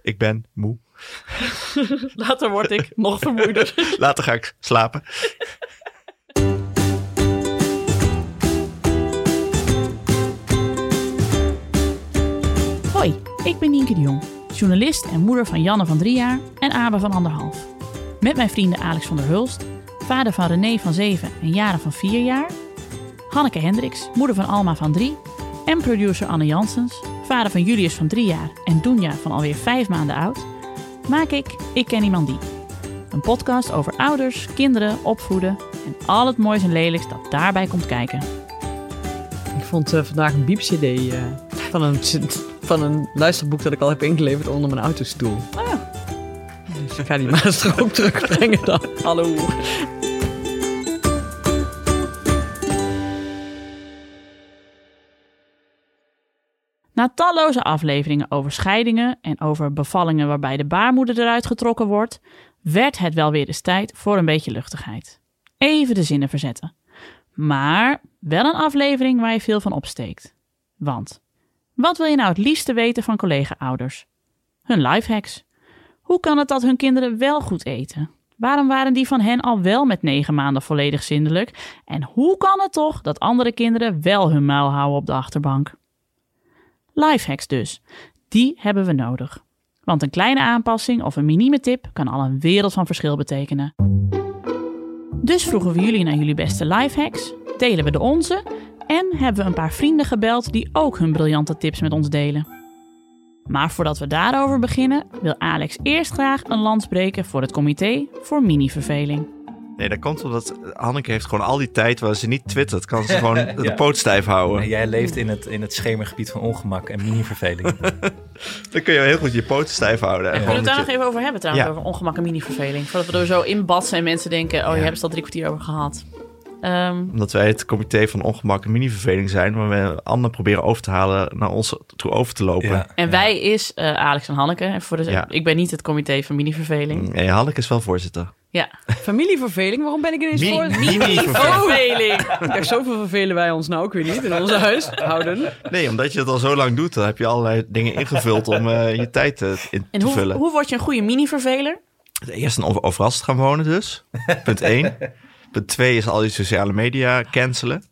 Ik ben moe. Later word ik nog vermoeider. Later ga ik slapen. Hoi, ik ben Nienke de Jong, journalist en moeder van Janne van 3 jaar en Abe van 1,5. Met mijn vrienden Alex van der Hulst, vader van René van 7 en Jaren van 4 jaar. Hanneke Hendricks, moeder van Alma van 3. En producer Anne Janssens, vader van Julius van 3 jaar en Doenja van alweer 5 maanden oud. Maak Ik Ken Iemand Die. Een podcast over ouders, kinderen, opvoeden en al het moois en lelijks dat daarbij komt kijken. Ik vond vandaag een biep-cd van een luisterboek dat ik al heb ingeleverd onder mijn autostoel. Oh. Dus ik ga die maar eens ook terugbrengen dan. Hallo. Na talloze afleveringen over scheidingen en over bevallingen waarbij de baarmoeder eruit getrokken wordt, werd het wel weer eens tijd voor een beetje luchtigheid. Even de zinnen verzetten. Maar wel een aflevering waar je veel van opsteekt. Want, wat wil je nou het liefste weten van collega-ouders? Hun lifehacks. Hoe kan het dat hun kinderen wel goed eten? Waarom waren die van hen al wel met 9 maanden volledig zindelijk? En hoe kan het toch dat andere kinderen wel hun muil houden op de achterbank? Lifehacks dus. Die hebben we nodig. Want een kleine aanpassing of een minieme tip kan al een wereld van verschil betekenen. Dus vroegen we jullie naar jullie beste lifehacks, delen we de onze en hebben we een paar vrienden gebeld die ook hun briljante tips met ons delen. Maar voordat we daarover beginnen, wil Alex eerst graag een lans breken voor het comité voor mini-verveling. Nee, dat komt omdat Hanneke heeft gewoon al die tijd waar ze niet twittert. Kan ze gewoon de poot stijf houden. En jij leeft in het schemergebied van ongemak en mini-verveling. Dan kun je heel goed je poten stijf houden. En Kunnen we het daar nog even over hebben trouwens, over ongemak en mini-verveling? Voordat we er zo in batsen en mensen denken, je hebt het al 3 kwartier over gehad. Omdat wij het comité van ongemak en mini-verveling zijn, waar we anderen proberen over te halen naar ons toe over te lopen. Ja. En wij is Alex en Hanneke. Ik ben niet het comité van mini-verveling. Nee, Hanneke is wel voorzitter. Ja. Familieverveling? Waarom ben ik ineens voor? Mini-verveling. Kijk, zoveel vervelen wij ons nou ook weer niet in ons huishouden. Nee, omdat je het al zo lang doet, dan heb je allerlei dingen ingevuld om je tijd in te vullen. Hoe word je een goede mini-verveler? Eerst een overlast gaan wonen dus. Punt 1. Punt 2 is al die sociale media cancelen.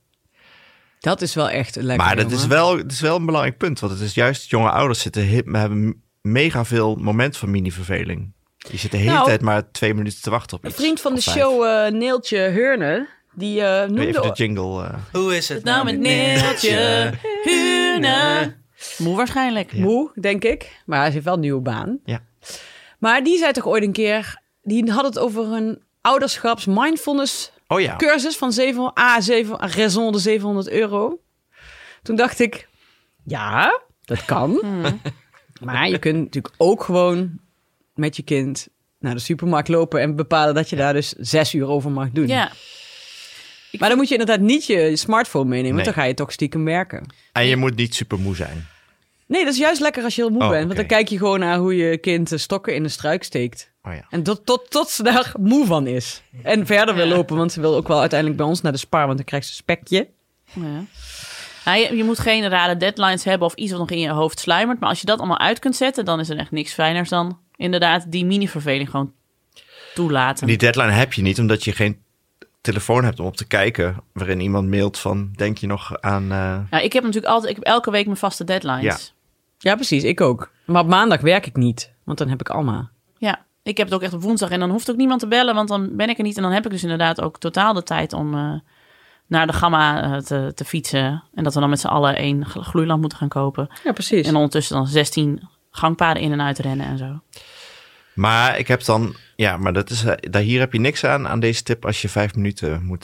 Dat is wel echt lekker. Maar het is wel een belangrijk punt. Want het is juist jonge ouders hebben mega veel moment van mini-verveling. Die zitten de hele tijd maar 2 minuten te wachten op iets. Een vriend van de show, Neeltje Heurne, die noemde... Even de jingle. Hoe is het nou met Neeltje Heurne? Moe waarschijnlijk. Ja. Moe, denk ik. Maar hij heeft wel een nieuwe baan. Ja. Maar die zei toch ooit een keer... Die had het over een ouderschaps-mindfulness cursus van raison de 700 euro. Toen dacht ik, ja, dat kan. Maar je kunt natuurlijk ook gewoon met je kind naar de supermarkt lopen en bepalen dat je daar dus 6 uur over mag doen. Ja. Maar dan moet je inderdaad niet je smartphone meenemen, want dan ga je toch stiekem werken. En je moet niet super moe zijn. Nee, dat is juist lekker als je heel moe bent. Want dan kijk je gewoon naar hoe je kind stokken in de struik steekt. Oh ja. En tot ze daar moe van is. En verder wil lopen, want ze wil ook wel uiteindelijk bij ons naar de Spar, want dan krijgt ze een spekje. Ja. Nou, je moet geen rare deadlines hebben of iets wat nog in je hoofd sluimert. Maar als je dat allemaal uit kunt zetten, dan is er echt niks fijners dan inderdaad die mini-verveling gewoon toelaten. Die deadline heb je niet, omdat je geen telefoon hebt om op te kijken, waarin iemand mailt van, denk je nog aan... Nou, ik heb elke week mijn vaste deadlines. Ja, precies, ik ook. Maar op maandag werk ik niet, want dan heb ik Alma. Ja, ik heb het ook echt op woensdag en dan hoeft ook niemand te bellen, want dan ben ik er niet. En dan heb ik dus inderdaad ook totaal de tijd om naar de Gamma te fietsen. En dat we dan met z'n allen 1 gloeilamp moeten gaan kopen. Ja, precies. En ondertussen dan 16 gangpaden in en uit rennen en zo. Maar ik heb dan... Ja, maar dat is, hier heb je niks aan deze tip als je 5 minuten moet...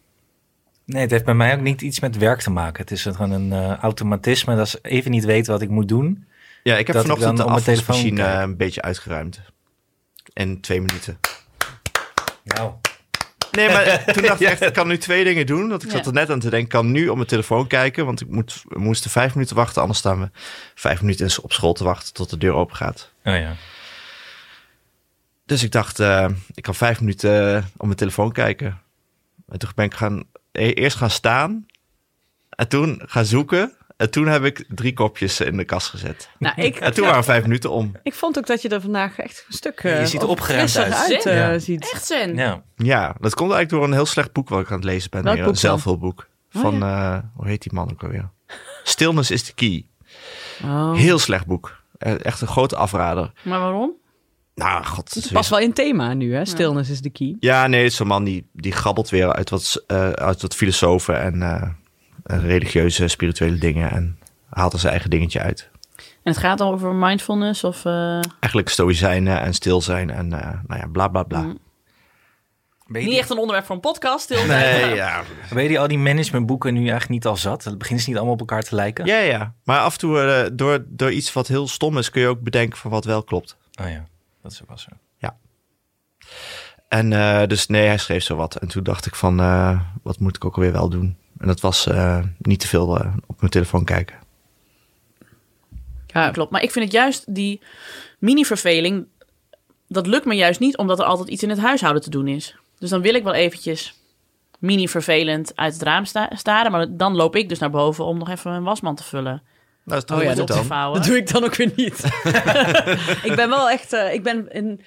Nee, het heeft bij mij ook niet iets met werk te maken. Het is gewoon een automatisme. Dat is even niet weten wat ik moet doen. Ja, ik heb vanochtend de afwasmachine telefoon een beetje uitgeruimd. In 2 minuten. Nou. Nee, maar toen dacht ik echt, ik kan nu 2 dingen doen. Want ik zat er net aan te denken, ik kan nu op mijn telefoon kijken. Want we moesten 5 minuten wachten. Anders staan we 5 minuten op school te wachten tot de deur open gaat. Oh ja. Dus ik dacht, ik kan 5 minuten op mijn telefoon kijken. En toen ben ik eerst gaan staan. En toen gaan zoeken. En toen heb ik 3 kopjes in de kast gezet. Nou, En toen waren 5 minuten om. Ik vond ook dat je er vandaag echt een stuk je ziet er opgeruimd uit. ziet. Echt zen. Ja, dat komt eigenlijk door een heel slecht boek wat ik aan het lezen ben. Welk boek Een zelfhulpboek. Van, hoe heet die man ook alweer? Stillness is the key. Oh. Heel slecht boek. Echt een grote afrader. Maar waarom? Nou, god. Het past wel in thema nu, hè? Stillness is the key. Ja, nee, zo'n man die grabbelt weer uit wat filosofen en religieuze, spirituele dingen. En haalt er zijn eigen dingetje uit. En het gaat dan over mindfulness of... Eigenlijk stoïcijnen en stil zijn en nou ja, bla bla bla. Niet echt een onderwerp voor een podcast. Nee, ja. Ben je al die managementboeken nu eigenlijk niet al zat? Het begint niet allemaal op elkaar te lijken? Ja. Maar af en toe door iets wat heel stom is, kun je ook bedenken van wat wel klopt. Oh ja, dat is ook wel zo. Ja. En dus nee, hij schreef zo wat. En toen dacht ik van, wat moet ik ook alweer wel doen? En dat was niet te veel op mijn telefoon kijken. Ja, klopt. Maar ik vind het juist die mini-verveling... Dat lukt me juist niet, omdat er altijd iets in het huishouden te doen is. Dus dan wil ik wel eventjes mini-vervelend uit het raam staren. Maar dan loop ik dus naar boven om nog even een wasmand te vullen. Nou, Dat op te dan. vouwen. Dat doe ik dan ook weer niet. Ik ben wel echt... ik ben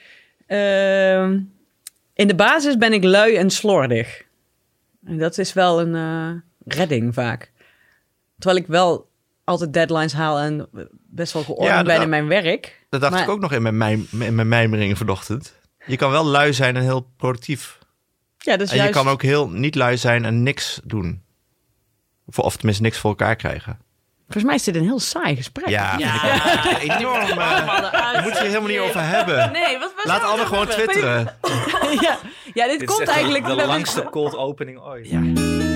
in de basis ben ik lui en slordig. En dat is wel een redding vaak. Terwijl ik wel altijd deadlines haal en best wel geordend ben in mijn werk. Dat dacht ik ook nog in mijn mijmeringen vanochtend. Je kan wel lui zijn en heel productief. Ja, dus en juist... je kan ook heel niet lui zijn en niks doen. Of tenminste niks voor elkaar krijgen. Volgens mij is dit een heel saai gesprek. Ja. Enorm. Daar moet je het helemaal niet over hebben. Nee, wat Laat Anne gewoon twitteren. ja, dit komt eigenlijk... de langste cold opening ooit. Ja.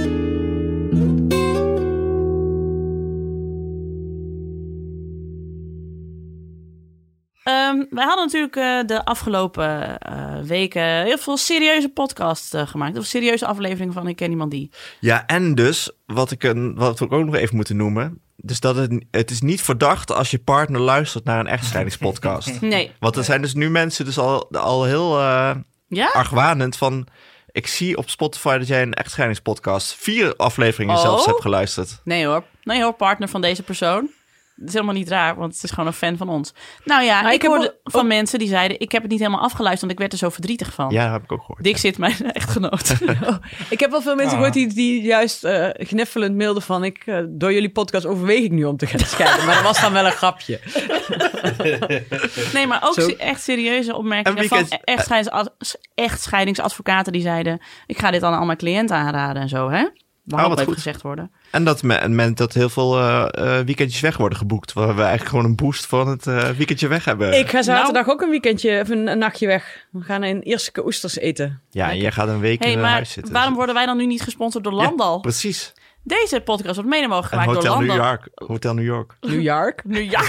Wij hadden natuurlijk de afgelopen weken heel veel serieuze podcasts gemaakt. Of serieuze afleveringen van Ik Ken Iemand Die. Ja, en dus, wat we ook nog even moeten noemen... Dus dat het is niet verdacht als je partner luistert naar een echtscheidingspodcast. Nee. Want er zijn dus nu mensen dus al heel argwanend van... Ik zie op Spotify dat jij een echtscheidingspodcast 4 afleveringen zelfs hebt geluisterd. Nee hoor, partner van deze persoon. Dat is helemaal niet raar, want het is gewoon een fan van ons. Nou ja, maar ik hoorde van mensen die zeiden... ik heb het niet helemaal afgeluisterd, want ik werd er zo verdrietig van. Ja, dat heb ik ook gehoord. Dick zit mijn echtgenoot. Ik heb wel veel mensen gehoord die juist gniffelend mailden van... door jullie podcast overweeg ik nu om te gaan scheiden. Maar dat was dan wel een grapje. Nee, maar ook echt serieuze opmerkingen van echtscheidingsadvocaten die zeiden... ik ga dit aan al mijn cliënten aanraden en zo, hè? Wat even gezegd worden. En dat heel veel weekendjes weg worden geboekt. Waar we eigenlijk gewoon een boost van het weekendje weg hebben. Ik ga zaterdag ook een weekendje, of een nachtje weg. We gaan in Ierseke oesters eten. Ja, en jij gaat een week in huis zitten. Waarom worden wij dan nu niet gesponsord door Landal? Ja, precies. Deze podcast wordt mede mogelijk gemaakt door Landal. Hotel New York. New York?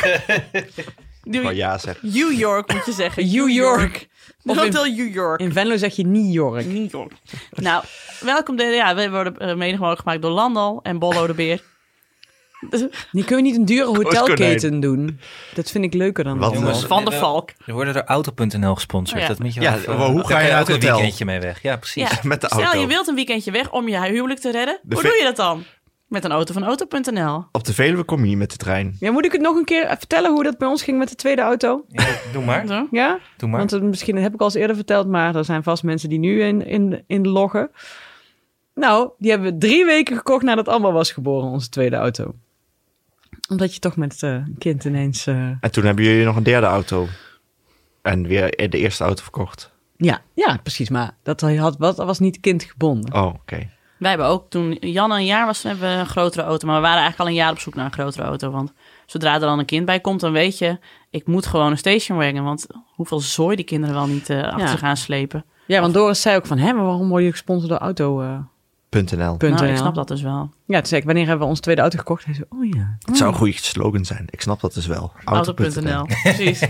Ja, zeg. New York moet je zeggen. New York. Of Hotel New York. In Venlo zeg je New York. New York. Nou, welkom. We worden mede mogelijk gemaakt door Landal en Bollo de Beer. Die kunnen we niet een dure hotelketen doen. Dat vind ik leuker dan Jongens, Van der Valk. We worden door Auto.nl gesponsord. Dat moet je wel hoe ga je uit een weekendje mee weg? Ja, precies. Ja, met de auto. Stel, je wilt een weekendje weg om je huwelijk te redden. Hoe doe je dat dan? Met een auto van Auto.nl. Op de Veluwe kom je niet met de trein. Ja, moet ik het nog een keer vertellen hoe dat bij ons ging met de tweede auto? Ja, doe maar. Zo? Ja? Doe maar. Want misschien heb ik al eens eerder verteld, maar er zijn vast mensen die nu in loggen. Nou, die hebben we 3 weken gekocht nadat Amber was geboren, onze tweede auto. Omdat je toch met een kind ineens... En toen hebben jullie nog een derde auto. En weer de eerste auto verkocht. Ja, precies. Maar dat was niet kindgebonden. Oh, oké. Wij hebben ook, toen Jan een jaar was, hebben we een grotere auto. Maar we waren eigenlijk al een jaar op zoek naar een grotere auto. Want zodra er dan een kind bij komt, dan weet je... ik moet gewoon een stationwagon. Want hoeveel zooi die kinderen wel niet achter zich gaan slepen. Ja, want Doris zei ook van... maar waarom word je gesponsord door Auto... .nl. Nou, ik snap dat dus wel. Ja, toen zei ik, wanneer hebben we onze tweede auto gekocht? Hij zei, ja. Het zou een goede slogan zijn. Ik snap dat dus wel. Auto.nl. Precies.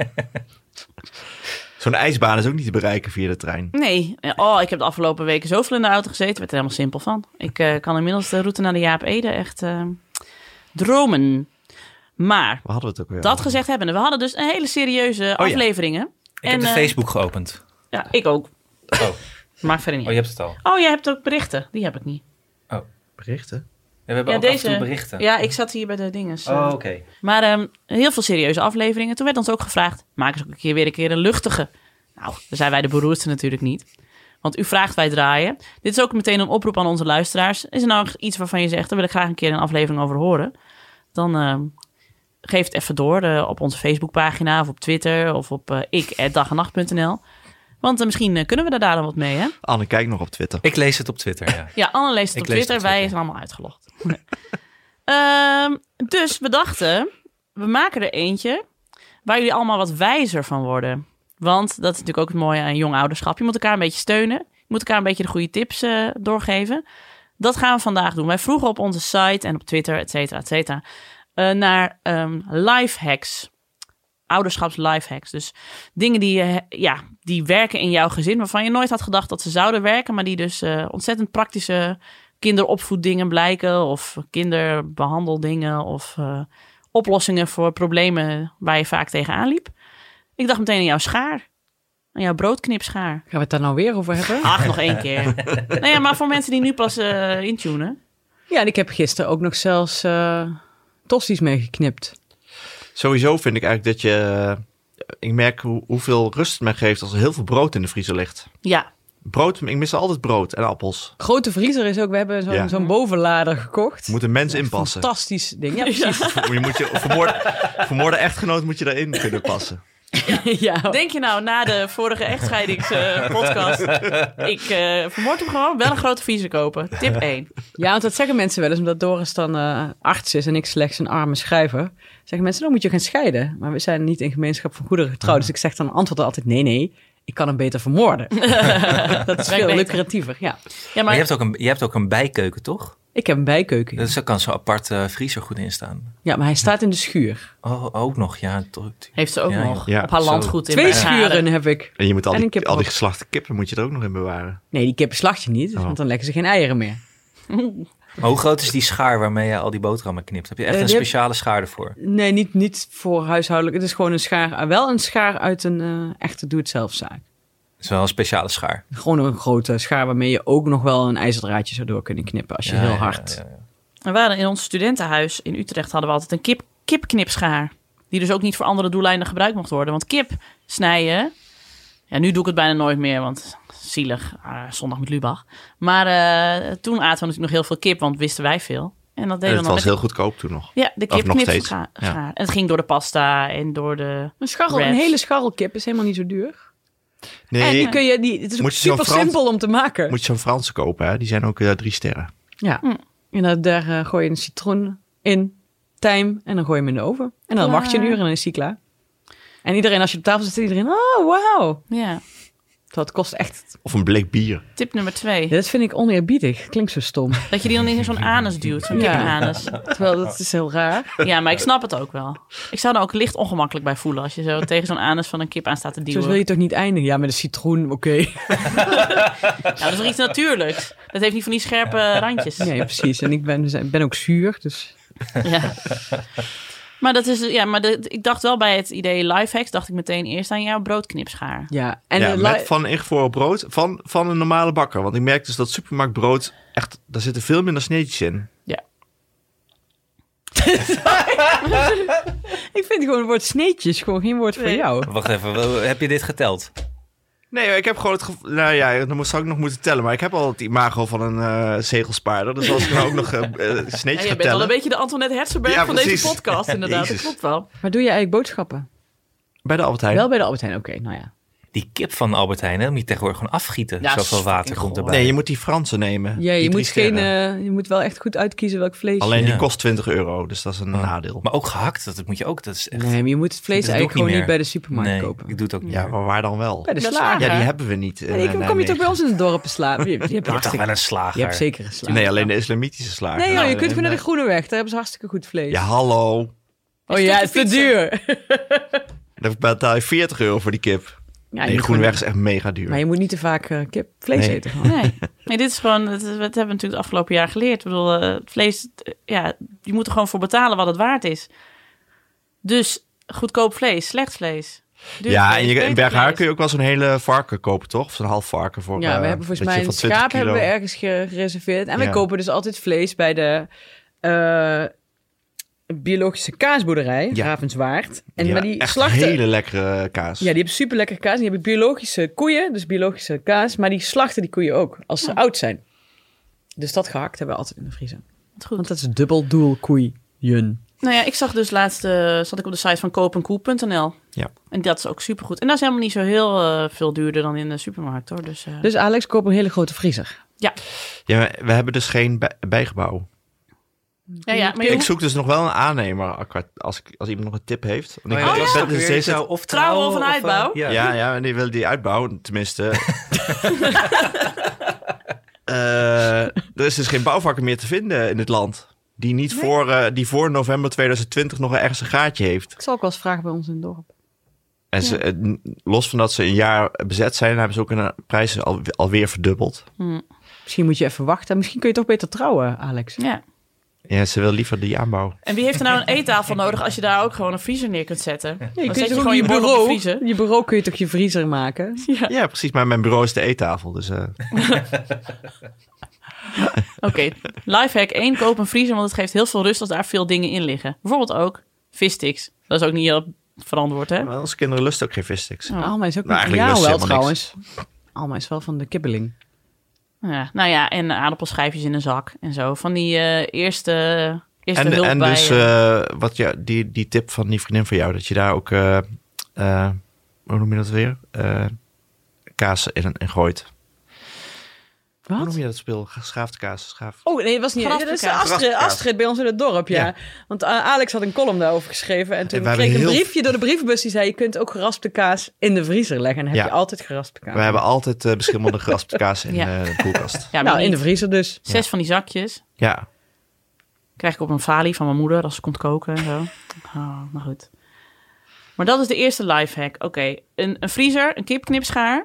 Zo'n ijsbaan is ook niet te bereiken via de trein. Nee. Ik heb de afgelopen weken zoveel in de auto gezeten. Ik werd er helemaal simpel van. Ik kan inmiddels de route naar de Jaap Ede echt dromen. Maar, we hadden het ook weer dat gezegd hebbende, we hadden dus een hele serieuze afleveringen. Ik heb de Facebook geopend. Ja, ik ook. Oh. Maakt verder niet. Je hebt het al. Oh, jij hebt ook berichten. Die heb ik niet. Berichten? we hebben ook af en toe berichten. Ja, ik zat hier bij de dinges. Oké. Maar heel veel serieuze afleveringen. Toen werd ons ook gevraagd, maak eens ook weer een keer een luchtige. Nou, daar zijn wij de beroerdste natuurlijk niet. Want u vraagt, wij draaien. Dit is ook meteen een oproep aan onze luisteraars. Is er nou iets waarvan je zegt, daar wil ik graag een keer een aflevering over horen? Dan geef het even door op onze Facebookpagina of op Twitter of op ik@dagenacht.nl. Want misschien kunnen we daar dan wat mee, hè? Anne kijkt nog op Twitter. Ik lees het op Twitter, ja. Ja, Anne leest het op Twitter. Wij zijn allemaal uitgelogd. Dus we dachten, we maken er eentje waar jullie allemaal wat wijzer van worden. Want dat is natuurlijk ook het mooie aan jong ouderschap. Je moet elkaar een beetje steunen. Je moet elkaar een beetje de goede tips doorgeven. Dat gaan we vandaag doen. Wij vroegen op onze site en op Twitter, et cetera, naar lifehacks. Ouderschaps-lifehacks. Dus dingen die werken in jouw gezin, waarvan je nooit had gedacht dat ze zouden werken, maar die dus ontzettend praktische kinderopvoeddingen blijken, of kinderbehandeldingen, of oplossingen voor problemen waar je vaak tegenaan liep. Ik dacht meteen aan jouw schaar. Aan jouw broodknipschaar. Gaan we het daar nou weer over hebben? Ach, nog 1 keer. Nee, maar voor mensen die nu pas intunen. Ja, en ik heb gisteren ook nog zelfs tosti's meegeknipt. Sowieso vind ik eigenlijk dat je... Ik merk hoeveel rust het mij geeft als er heel veel brood in de vriezer ligt. Ja. Brood, ik mis altijd brood en appels. Grote vriezer is ook, we hebben zo'n bovenlader gekocht. Moet een mens inpassen. Fantastisch ding, ja precies. Je moet je vermoorde echtgenoot moet je daarin kunnen passen. Ja. Denk je nou, na de vorige echtscheidingspodcast, ik vermoord hem gewoon, wel een grote vriezer kopen. Tip 1. Ja, want dat zeggen mensen wel eens, omdat Doris dan arts is en ik slechts een arme schrijver. Zeggen mensen, dan moet je gaan scheiden. Maar we zijn niet in gemeenschap van goederen getrouwd. Dus ik zeg dan antwoord altijd, nee, ik kan hem beter vermoorden. Dat is veel lucratiever, ja. Maar je hebt ook een bijkeuken, toch? Ik heb een bijkeuken. Dus daar kan zo'n apart vriezer goed in staan. Ja, maar hij staat in de schuur. Oh, ook nog, ja. Heeft ze ook nog ja. op haar landgoed in 2 schuren heb ik. En je moet al die geslachte kippen moet je er ook nog in bewaren. Nee, die kippen slacht je niet, want dan leggen ze geen eieren meer. Maar hoe groot is die schaar waarmee je al die boterhammen knipt? Heb je echt een speciale schaar ervoor? Nee, niet voor huishoudelijk. Het is gewoon een schaar, wel een schaar uit een echte doe-het-zelf-zaak. Het is wel een speciale schaar. Gewoon een grote schaar waarmee je ook nog wel een ijzerdraadje zou door kunnen knippen als je heel hard... Ja. We waren in ons studentenhuis in Utrecht hadden we altijd een kipknipschaar. Die dus ook niet voor andere doeleinden gebruikt mocht worden. Want kip snijden... Ja, nu doe ik het bijna nooit meer, want zielig. Zondag met Lubach. Maar toen aten we natuurlijk nog heel veel kip, want wisten wij veel. En dat deden we nog was heel goedkoop toen nog. Ja, de kipknipschaar. Ja. En het ging door de pasta en door de een hele scharrelkip is helemaal niet zo duur. Nee, en het is ook super simpel om te maken. Moet je zo'n Franse kopen, hè? Die zijn ook 3 sterren. Ja, en daar gooi je een citroen in, tijm en dan gooi je hem in de oven. En dan wacht je een uur en dan is hij klaar. En iedereen, als je op tafel zit, iedereen, oh, wauw. Ja. Dat kost echt... Of een blik bier. Tip nummer 2. Ja, dat vind ik oneerbiedig. Klinkt zo stom. Dat je die dan in zo'n anus duwt, zo'n kippenanus. Terwijl dat is heel raar. Ja, maar ik snap het ook wel. Ik zou er ook licht ongemakkelijk bij voelen als je zo tegen zo'n anus van een kip aan staat te duwen. Zo wil je toch niet eindigen? Ja, met een citroen, oké. Nou, dat is toch iets natuurlijks? Dat heeft niet van die scherpe randjes. Nee, precies. En ik ben ook zuur, dus... Ja. Maar dat is, ik dacht wel bij het idee lifehacks, dacht ik meteen eerst aan jouw broodknipschaar. Ja, en met van ingevroren brood van een normale bakker. Want ik merk dus dat supermarktbrood echt, daar zitten veel minder sneetjes in. Ja. Ik vind gewoon het woord sneetjes gewoon geen woord voor jou. Wacht even, heb je dit geteld? Nee, ik heb gewoon het gevoel... Nou ja, dan zou ik nog moeten tellen. Maar ik heb al het imago van een zegelspaarder. Dus als ik nou ook nog sneetjes ga tellen... Je bent al een beetje de Antoinette Herzenberg van deze podcast, inderdaad. Jezus. Dat klopt wel. Maar doe je eigenlijk boodschappen? Bij de Albert Heijn. Wel bij de Albert Heijn, oké. Nou ja. Die kip van Albert Heijn, moet je tegenwoordig gewoon afgieten. Ja, zoveel water komt erbij. Nee, je moet die Franse nemen. Ja, je moet wel echt goed uitkiezen welk vlees. Alleen die kost €20, dus dat is een nadeel. Maar ook gehakt, dat moet je ook. Dat is echt... Nee, maar je moet het vlees eigenlijk gewoon niet bij de supermarkt kopen. Ik doe het ook niet. Ja, maar waar dan wel? Bij de slager. Ja, die hebben we niet. Kom je toch bij ons in het dorp slaan? Je hebt toch wel een slager? Je hebt zeker een slager. Nee, alleen de islamitische slager. Nee joh, je kunt gewoon naar de Groene Weg. Daar hebben ze hartstikke goed vlees. Ja, hallo. Oh ja, het is te duur. Dan betaal je €40 voor die kip. Ja, nee, Groeneweg is echt mega duur. Maar je moet niet te vaak vlees eten. Nee, dit is gewoon... Dat hebben we natuurlijk het afgelopen jaar geleerd. Ik bedoel, het vlees... Ja, je moet er gewoon voor betalen wat het waard is. Dus goedkoop vlees, slecht vlees. Ja, en in Berghaar kun je ook wel zo'n hele varken kopen, toch? Of zo'n half varken voor. Ja, we hebben volgens mij een schaap hebben we ergens gereserveerd. En wij kopen dus altijd vlees bij de biologische kaasboerderij, Ravenswaard. En maar die echt slachten hele lekkere kaas. Ja, die hebben super lekkere kaas. Die hebben biologische koeien, dus biologische kaas. Maar die slachten die koeien ook, als ze oud zijn. Dus dat gehakt hebben we altijd in de vriezer. Goed. Want dat is dubbeldoel koeien. Nou ja, ik zag dus laatst, zat ik op de site van koopenkoe.nl. Ja. En dat is ook supergoed. En dat is helemaal niet zo heel veel duurder dan in de supermarkt, hoor. Dus Alex, koop een hele grote vriezer. Ja. Ja, we hebben dus geen bijgebouw. Ja, maar ik zoek dus nog wel een aannemer als iemand nog een tip heeft. Of trouwen of een uitbouw. Ja, en die wil die uitbouw, tenminste. Er is dus geen bouwvakker meer te vinden in het land. Die niet voor november 2020 nog ergens een gaatje heeft. Ik zal ook wel eens vragen bij ons in het dorp. En los van dat ze een jaar bezet zijn, hebben ze ook hun prijzen alweer verdubbeld. Misschien moet je even wachten. Misschien kun je toch beter trouwen, Alex. Ja, ze wil liever die aanbouw. En wie heeft er nou een eettafel nodig als je daar ook gewoon een vriezer neer kunt zetten? Ja, dan zet je gewoon je bureau op de vriezer. Je bureau kun je toch je vriezer maken? Ja, precies. Maar mijn bureau is de eettafel. Dus, Oké, lifehack 1, koop een vriezer, want het geeft heel veel rust als daar veel dingen in liggen. Bijvoorbeeld ook vissticks. Dat is ook niet heel verantwoord, hè? Maar onze kinderen lusten ook geen vissticks. Alma is ook niet van jou wel trouwens. Alma is wel van de kibbeling. Ja, nou ja, en aardappelschijfjes in een zak en zo. Van die eerste hulp en bij... Dus die tip van die vriendin van jou, dat je daar ook, hoe noem je dat weer? Kaas in gooit. Wat? Hoe noem je dat speel? Geschaafde kaas. Oh, nee, het was niet... Dat is Astrid bij ons in het dorp, ja. Want Alex had een column daarover geschreven. En toen kreeg ik een briefje door de brievenbus die zei... je kunt ook geraspte kaas in de vriezer leggen. En dan heb je altijd geraspte kaas. We hebben altijd beschimmelde geraspte kaas in de koelkast. Ja, nou, in de vriezer dus. 6 van die zakjes. Ja. Krijg ik op een falie van mijn moeder als ze komt koken en zo. Oh, maar goed. Maar dat is de eerste lifehack. Oké, een vriezer, een kipknipschaar...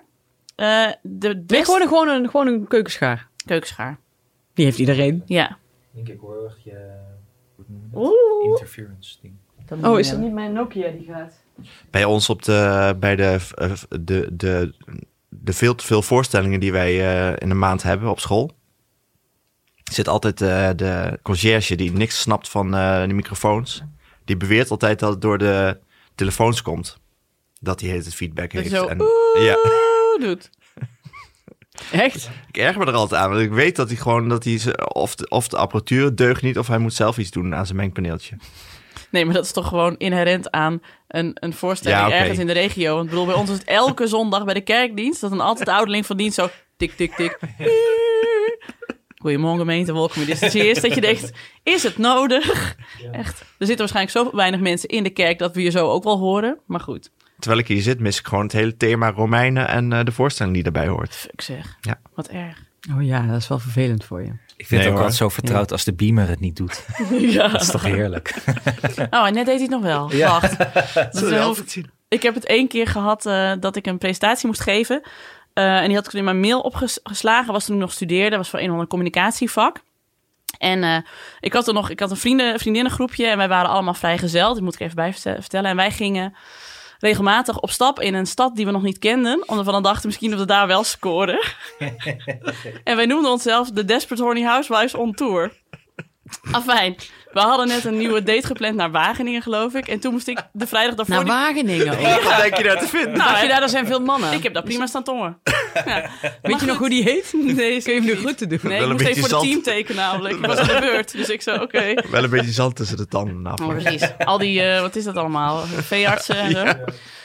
gewoon een keukenschaar. Keukenschaar. Die heeft iedereen. Ja. Denk ik hoor, je interference ding. Oh, is dat niet mijn Nokia die gaat? Bij ons bij de veel te veel voorstellingen die wij in een maand hebben op school, zit altijd de conciërge die niks snapt van de microfoons. Die beweert altijd dat het door de telefoons komt. Dat hij het feedback heeft. Zo, doet. Echt? Ik erger me er altijd aan, want ik weet dat of de apparatuur deugt niet, of hij moet zelf iets doen aan zijn mengpaneeltje. Nee, maar dat is toch gewoon inherent aan een voorstelling ergens in de regio. Want ik bedoel, bij ons is het elke zondag bij de kerkdienst, dat een altijd ouderling van dienst zo tik, tik, tik. Goedemorgen gemeente, welkom. Dit is het eerst dat je denkt, is het nodig? Ja. Echt. Er zitten waarschijnlijk zo weinig mensen in de kerk dat we je zo ook wel horen, maar goed. Terwijl ik hier zit, mis ik gewoon het hele thema Romeinen en de voorstelling die daarbij hoort. Fuck zeg, wat erg. Oh ja, dat is wel vervelend voor je. Ik vind het ook altijd zo vertrouwd als de beamer het niet doet. Ja. Dat is toch heerlijk. Oh, en net deed hij het nog wel. Ja. Wacht. Ik heb het 1 keer gehad dat ik een presentatie moest geven. En die had ik in mijn mail opgeslagen. Was toen ik nog studeerde. Was voor een of ander communicatievak. En ik had een vriendinnengroepje. En wij waren allemaal vrijgezel. Dat moet ik even bij vertellen. En wij gingen regelmatig op stap in een stad die we nog niet kenden. Omdat we dan dachten misschien dat we daar wel scoren. En wij noemden onszelf de Desperate Horny Housewives on Tour. Afijn, we hadden net een nieuwe date gepland naar Wageningen, geloof ik. En toen moest ik de vrijdag daarvoor... Naar Wageningen? Wat denk je daar te vinden? Dacht je daar zijn veel mannen? Ik heb daar prima staan tongen. Ja. Weet je nog hoe die heet? Nee, kun je hem nu goed te doen? Nee, ik moest even voor de team tekenen namelijk. Ik was aan de beurt, dus ik zo, oké. Wel een beetje zand tussen de tanden. Oh, precies. Al die, wat is dat allemaal? Veeartsen en zo. Ja.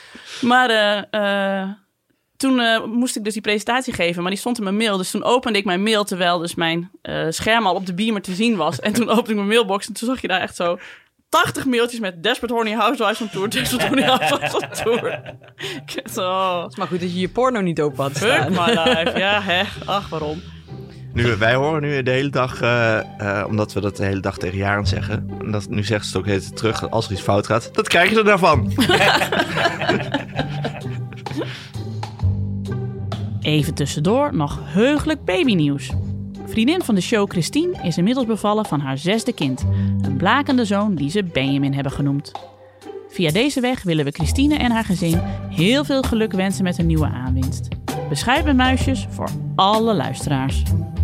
Maar toen moest ik dus die presentatie geven, maar die stond in mijn mail. Dus toen opende ik mijn mail, terwijl dus mijn scherm al op de beamer te zien was. En toen opende ik mijn mailbox en toen zag je daar echt zo 80 mailtjes met Desperate Horny Housewives on Tour, Desperate Horny Housewives on Tour. Het is maar goed dat je je porno niet open had staan. Fuck my life. Ja, hè. Ach, waarom? Wij horen nu de hele dag, omdat we dat de hele dag tegen Jaren zeggen. En nu zeggen ze het ook de hele tijd terug, als er iets fout gaat. Dat krijg je er daarvan. Even tussendoor nog heugelijk babynieuws. Vriendin van de show Christine is inmiddels bevallen van haar 6e kind. Een blakende zoon die ze Benjamin hebben genoemd. 24,5 Via deze weg willen we Christine en haar gezin heel veel geluk wensen met hun nieuwe aanwinst. Bescheid met muisjes voor alle luisteraars.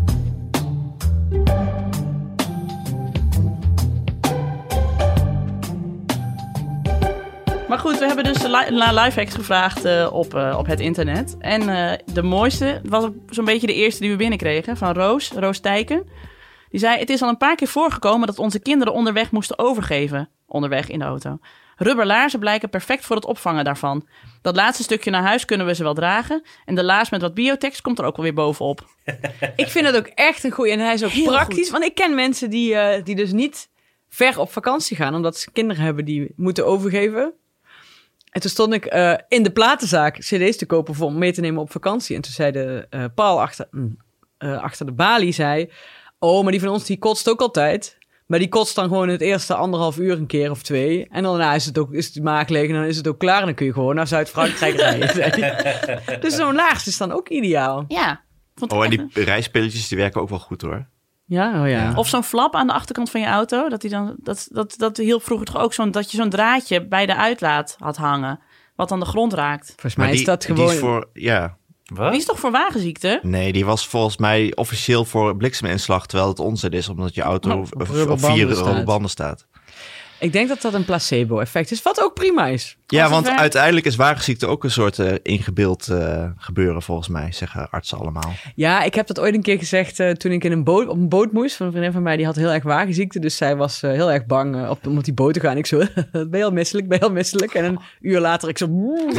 Maar goed, we hebben dus naar lifehacks gevraagd op het internet. En de mooiste was zo'n beetje de eerste die we binnenkregen van Roos Tijken. Die zei, het is al een paar keer voorgekomen dat onze kinderen onderweg moesten overgeven. Onderweg in de auto. Rubberlaarzen blijken perfect voor het opvangen daarvan. Dat laatste stukje naar huis kunnen we ze wel dragen. En de laars met wat biotex komt er ook wel weer bovenop. Ik vind het ook echt een goeie. En hij is ook heel praktisch. Goed. Want ik ken mensen die dus niet ver op vakantie gaan. Omdat ze kinderen hebben die moeten overgeven. En toen stond ik in de platenzaak cd's te kopen om mee te nemen op vakantie. En toen zei de Paul achter de balie, zei... Oh, maar die van ons die kotst ook altijd. Maar die kotst dan gewoon het eerste 1,5 uur een keer of 2. En daarna is die maag leeg en dan is het ook klaar. En dan kun je gewoon naar Zuid-Frankrijk rijden. Dus zo'n laars is dan ook ideaal. Ja. En die rijspilletjes die werken ook wel goed hoor. Ja, oh ja. Of zo'n flap aan de achterkant van je auto. Dat hielp vroeger toch ook dat je zo'n draadje bij de uitlaat had hangen. Wat aan de grond raakt. Volgens mij is dat gewoon... Die is voor, ja... Wat? Die is toch voor wagenziekte? Nee, die was volgens mij officieel voor blikseminslag, terwijl het onzin is, omdat je auto op 4 rubberbanden staat. Ik denk dat dat een placebo-effect is, wat ook prima is. Ja, want uiteindelijk is wagenziekte ook een soort ingebeeld gebeuren, volgens mij, zeggen artsen allemaal. Ja, ik heb dat ooit een keer gezegd toen ik op een boot moest. Van een vriendin van mij, die had heel erg wagenziekte. Dus zij was heel erg bang om op die boot te gaan. Ik zo, ben je al misselijk? En een uur later, ik zo...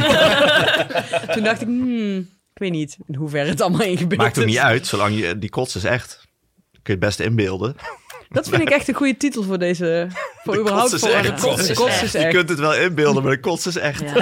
Toen dacht ik, ik weet niet in hoeverre het allemaal ingebeeld is. Maakt ook niet uit, zolang je die kots is echt. Kun je het best inbeelden. Dat vind ik echt een goede titel voor deze... Voor de überhaupt voor de kots is echt. Je kunt het wel inbeelden, maar de kots is echt. Ja.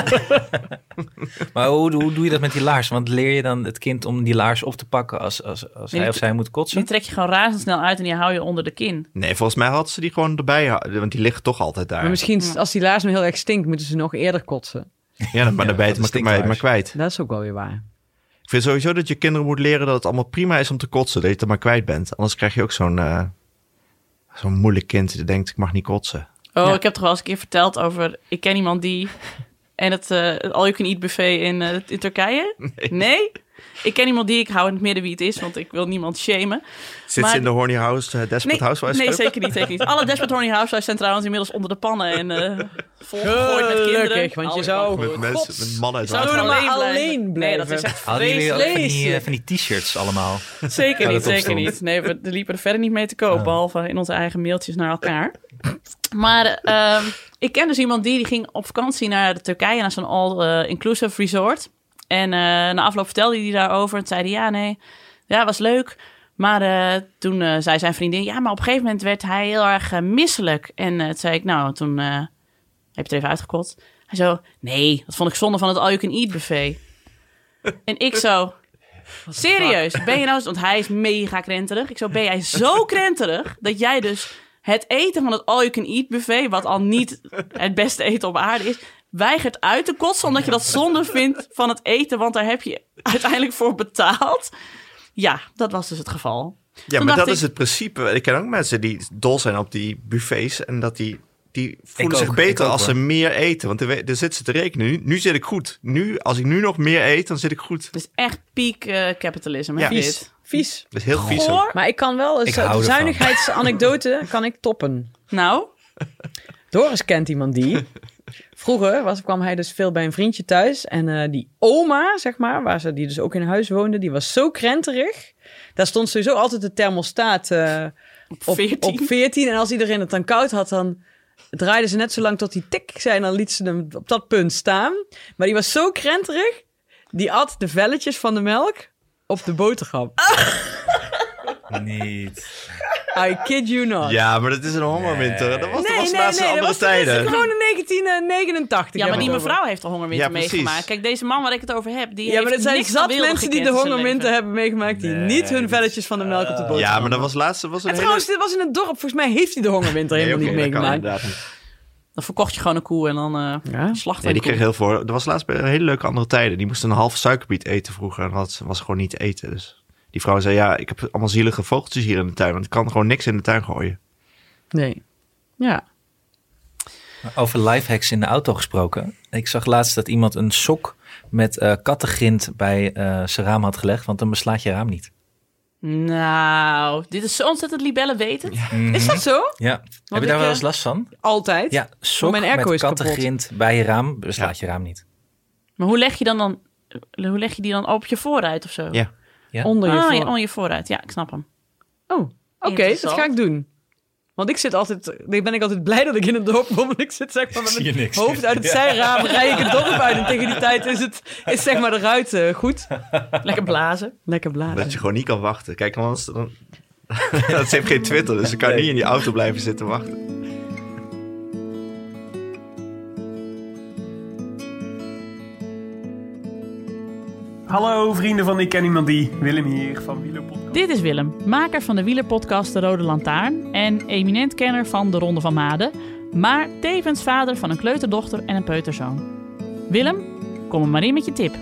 Maar hoe doe je dat met die laars? Want leer je dan het kind om die laars op te pakken als hij of zij moet kotsen? Die trek je gewoon razendsnel uit en die hou je onder de kin. Nee, volgens mij hadden ze die gewoon erbij, want die liggen toch altijd daar. Maar misschien als die laars nu heel erg stinkt, moeten ze nog eerder kotsen. Ja, maar dan ben je het maar kwijt. Dat is ook wel weer waar. Ik vind sowieso dat je kinderen moet leren dat het allemaal prima is om te kotsen. Dat je het er maar kwijt bent. Anders krijg je ook zo'n moeilijk kind die denkt, ik mag niet kotsen. Oh, ja. Ik heb toch wel eens een keer verteld over... Ik ken iemand die... En het all-you-can-eat buffet in Turkije? Nee? Ik ken iemand die... Ik hou in het midden wie het is, want ik wil niemand shamen. Zit ze in de Horny House, Desperate Housewives? Nee, zeker niet. Alle Desperate Horny Housewives zijn trouwens inmiddels onder de pannen en volgegooid met kinderen. Gelukkig, want je zou... Met mannen uit zou er maar alleen blijven. Nee, dat is echt vreselijk. Van die t-shirts allemaal. Zeker niet. Nee, we liepen er verder niet mee te koop, behalve in onze eigen mailtjes naar elkaar. Maar ik ken dus iemand die ging op vakantie naar Turkije, naar zo'n all-inclusive resort. En na afloop vertelde hij daarover. En zei hij, ja, was leuk. Maar toen zei zijn vriendin, ja, maar op een gegeven moment werd hij heel erg misselijk. En toen zei ik, toen heb je het even uitgekotst. Hij zo, nee, dat vond ik zonde van het all-you-can-eat buffet. En ik zo, serieus, ben je nou... Want hij is mega krenterig. Ik zo, ben jij zo krenterig dat jij dus het eten van het all-you-can-eat buffet, wat al niet het beste eten op aarde is, weigert uit te kotsen omdat je dat zonde vindt van het eten, want daar heb je uiteindelijk voor betaald. Ja, dat was dus het geval. Ja, maar dat is het principe. Ik ken ook mensen die dol zijn op die buffets en dat die voelen zich beter als ze meer eten. Want er zitten ze te rekenen. Nu zit ik goed. Als ik nu nog meer eet, dan zit ik goed. Het is echt peak capitalism. Ja, vies. Dat is heel vies. Maar ik kan wel een zuinigheidsanekdote kan ik toppen. Nou? Doris kent iemand die. Vroeger kwam hij dus veel bij een vriendje thuis. En die oma, zeg maar, die dus ook in huis woonde, die was zo krenterig. Daar stond sowieso altijd de thermostaat op 14. En als iedereen het dan koud had, dan draaiden ze net zo lang tot die tik zei. En dan liet ze hem op dat punt staan. Maar die was zo krenterig, die at de velletjes van de melk op de boterham. Niet. I kid you not. Ja, maar dat is een hongerwinter. Nee. Dat was laatst andere tijden. Dat was gewoon in 1989. Ja, maar die mevrouw heeft de hongerwinter meegemaakt. Kijk, deze man waar ik het over heb, die heeft maar er zijn zat mensen die de hongerwinter hebben meegemaakt, die niet hun velletjes van de melk op de boterham. Ja, maar dat was laatst... Trouwens, dit was in het dorp. Volgens mij heeft hij de hongerwinter helemaal niet meegemaakt. Dan verkocht je gewoon een koe en dan slacht die kreeg heel veel. Er was laatst bij hele leuke andere tijden. Die moesten een halve suikerbiet eten vroeger. En dat was gewoon niet te eten, dus... Die vrouw zei, ja, ik heb allemaal zielige vogeltjes hier in de tuin, want ik kan gewoon niks in de tuin gooien. Nee. Ja. Over lifehacks in de auto gesproken. Ik zag laatst dat iemand een sok met kattengrind bij zijn raam had gelegd, want dan beslaat je raam niet. Nou, dit is zo ontzettend libellenwetend. Ja. Is dat zo? Ja. Heb je daar wel eens last van? Altijd. Ja, sok mijn airco met kattengrind kapot. bij je raam beslaat je raam niet. Maar hoe leg je die dan op je voorruit of zo? Ja. Onder je voorruit. Ja, onder je voorruit. Ja, ik snap hem. Oh, oké, dat ga ik doen. Want ik ben ik altijd blij dat ik in een dorp woon. Want ik zit zeg maar met mijn hoofd uit het zijraam, rij ik het dorp uit. En tegen die tijd is zeg maar de ruit goed. Lekker blazen. Dat je gewoon niet kan wachten. Kijk, anders dan... dat heeft geen Twitter, dus je kan niet in die auto blijven zitten wachten. Hallo vrienden van Ik Ken Iemand Die. Willem hier van Wielerpodcast. Dit is Willem, maker van de wielerpodcast De Rode Lantaarn en eminent kenner van de Ronde van Maden, maar tevens vader van een kleuterdochter en een peuterzoon. Willem, kom er maar in met je tip.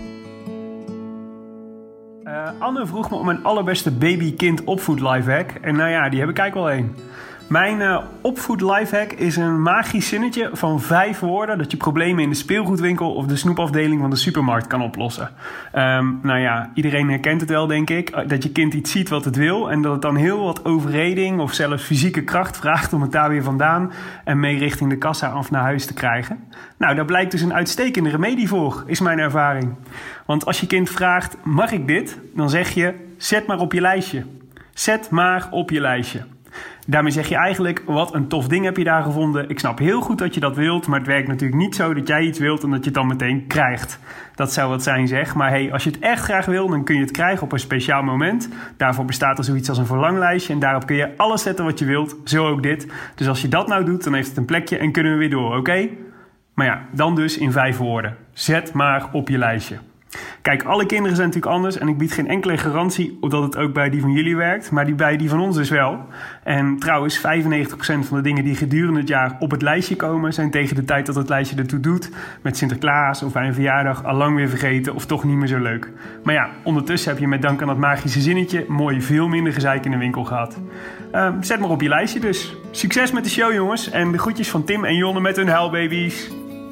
Anne vroeg me om mijn allerbeste baby-kind opvoed lifehack. En nou ja, die heb ik eigenlijk wel één. Mijn opvoed lifehack is een magisch zinnetje van 5 woorden dat je problemen in de speelgoedwinkel of de snoepafdeling van de supermarkt kan oplossen. Nou ja, iedereen herkent het wel, denk ik. Dat je kind iets ziet wat het wil en dat het dan heel wat overreding of zelfs fysieke kracht vraagt om het daar weer vandaan en mee richting de kassa of naar huis te krijgen. Nou, daar blijkt dus een uitstekende remedie voor, is mijn ervaring. Want als je kind vraagt, mag ik dit? Dan zeg je, zet maar op je lijstje. Zet maar op je lijstje. Daarmee zeg je eigenlijk, wat een tof ding heb je daar gevonden. Ik snap heel goed dat je dat wilt, maar het werkt natuurlijk niet zo dat jij iets wilt en dat je het dan meteen krijgt. Dat zou wat zijn zeg, maar hey, als je het echt graag wil, dan kun je het krijgen op een speciaal moment. Daarvoor bestaat er zoiets als een verlanglijstje en daarop kun je alles zetten wat je wilt, zo ook dit. Dus als je dat nou doet, dan heeft het een plekje en kunnen we weer door, oké? Maar ja, dan dus in 5 woorden. Zet maar op je lijstje. Kijk, alle kinderen zijn natuurlijk anders en ik bied geen enkele garantie dat het ook bij die van jullie werkt, maar bij die van ons dus wel. En trouwens, 95% van de dingen die gedurende het jaar op het lijstje komen, zijn tegen de tijd dat het lijstje ertoe doet, met Sinterklaas of bij een verjaardag, al lang weer vergeten of toch niet meer zo leuk. Maar ja, ondertussen heb je met dank aan dat magische zinnetje mooi veel minder gezeik in de winkel gehad. Zet maar op je lijstje dus. Succes met de show jongens en de groetjes van Tim en Jonne met hun huilbabies.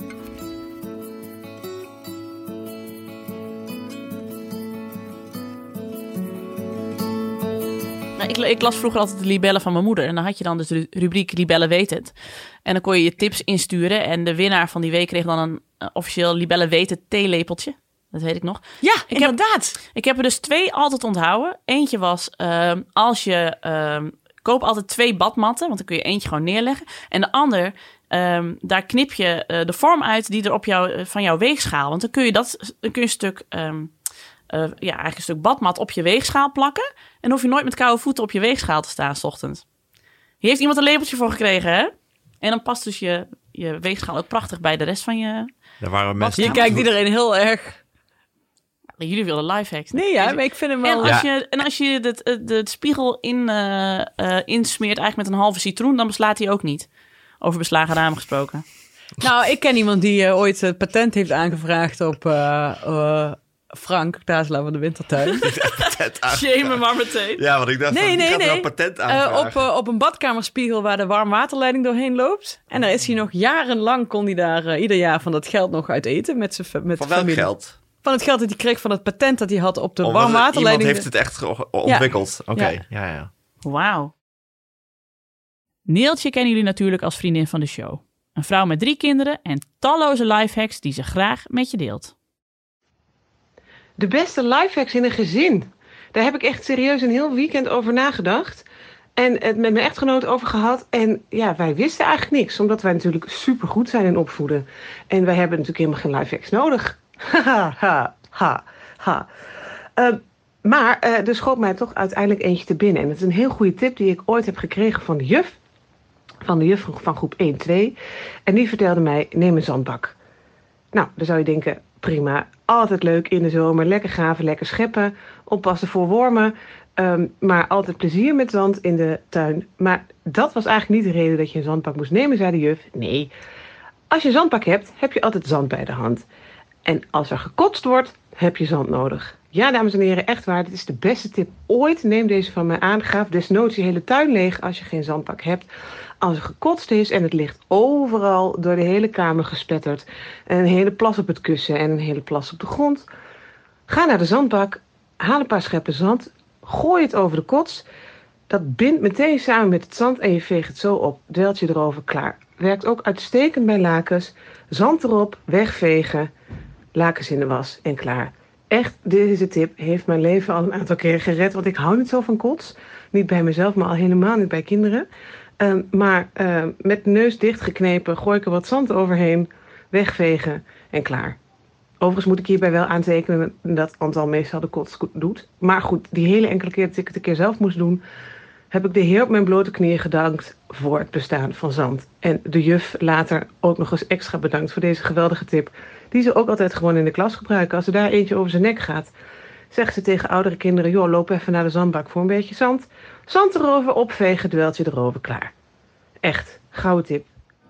Ik las vroeger altijd de libellen van mijn moeder. En dan had je dan dus de rubriek Libellen weet het. En dan kon je je tips insturen. En de winnaar van die week kreeg dan een officieel Libellen weet het theelepeltje. Dat weet ik nog. Ja, inderdaad. Ik heb er dus 2 altijd onthouden. Eentje was als je... koop altijd 2 badmatten. Want dan kun je eentje gewoon neerleggen. En de ander... daar knip je de vorm uit die er op van jouw weegschaal. Want dan kun je een stuk... eigenlijk een stuk badmat op je weegschaal plakken. En dan hoef je nooit met koude voeten op je weegschaal te staan 's ochtends. Hier heeft iemand een lepeltje voor gekregen, hè? En dan past dus je weegschaal ook prachtig bij de rest van je... Daar waren mensen... Hier kijkt iedereen heel erg... Jullie wilden lifehacks. Nee, ja, maar ik vind hem wel... En als je de spiegel insmeert eigenlijk met een halve citroen, dan beslaat hij ook niet. Over beslagen ramen gesproken. Nou, ik ken iemand die ooit het patent heeft aangevraagd op... Frank, Tazelaar van de Wintertuin. Shame me maar meteen. Ja, want ik dacht, wel patent aanvragen. Op een badkamerspiegel waar de warmwaterleiding doorheen loopt. En daar is hij nog jarenlang, kon hij daar ieder jaar van dat geld nog uit eten. Met van welk familie. Geld? Van het geld dat hij kreeg van het patent dat hij had op de warmwaterleiding. Iemand heeft het echt ontwikkeld. Ja. Oké. Ja. Wauw. Neeltje kennen jullie natuurlijk als vriendin van de show. Een vrouw met 3 kinderen en talloze lifehacks die ze graag met je deelt. De beste lifehacks in een gezin. Daar heb ik echt serieus een heel weekend over nagedacht. En het met mijn echtgenoot over gehad. En ja, wij wisten eigenlijk niks. Omdat wij natuurlijk supergoed zijn in opvoeden. En wij hebben natuurlijk helemaal geen lifehacks nodig. Maar er schoot mij toch uiteindelijk eentje te binnen. En het is een heel goede tip die ik ooit heb gekregen van de juf. Van de juf van groep 1-2. En die vertelde mij, neem een zandbak. Nou, dan zou je denken, prima. Altijd leuk in de zomer. Lekker graven, lekker scheppen. Oppassen voor wormen. Maar altijd plezier met zand in de tuin. Maar dat was eigenlijk niet de reden dat je een zandbak moest nemen, zei de juf. Nee, als je een zandbak hebt, heb je altijd zand bij de hand. En als er gekotst wordt, heb je zand nodig. Ja, dames en heren, echt waar. Dit is de beste tip ooit. Neem deze van mij aan. Graaf desnoods je hele tuin leeg als je geen zandbak hebt. Als er gekotst is en het ligt overal door de hele kamer gespetterd. En een hele plas op het kussen en een hele plas op de grond. Ga naar de zandbak, haal een paar scheppen zand, gooi het over de kots. Dat bindt meteen samen met het zand en je veegt het zo op. Dweiltje erover, klaar. Werkt ook uitstekend bij lakens. Zand erop, wegvegen, lakens in de was en klaar. Echt, deze tip heeft mijn leven al een aantal keer gered. Want ik hou niet zo van kots. Niet bij mezelf, maar al helemaal niet bij kinderen. Maar met de neus dichtgeknepen gooi ik er wat zand overheen. Wegvegen en klaar. Overigens moet ik hierbij wel aantekenen dat Antal meestal de kots doet. Maar goed, die hele enkele keer dat ik het een keer zelf moest doen, heb ik de Heer op mijn blote knieën gedankt voor het bestaan van zand. En de juf later ook nog eens extra bedankt voor deze geweldige tip. Die ze ook altijd gewoon in de klas gebruiken. Als er daar eentje over zijn nek gaat, zegt ze tegen oudere kinderen: joh, loop even naar de zandbak voor een beetje zand. Zand erover, opvegen, dweiltje erover, klaar. Echt, gouden tip.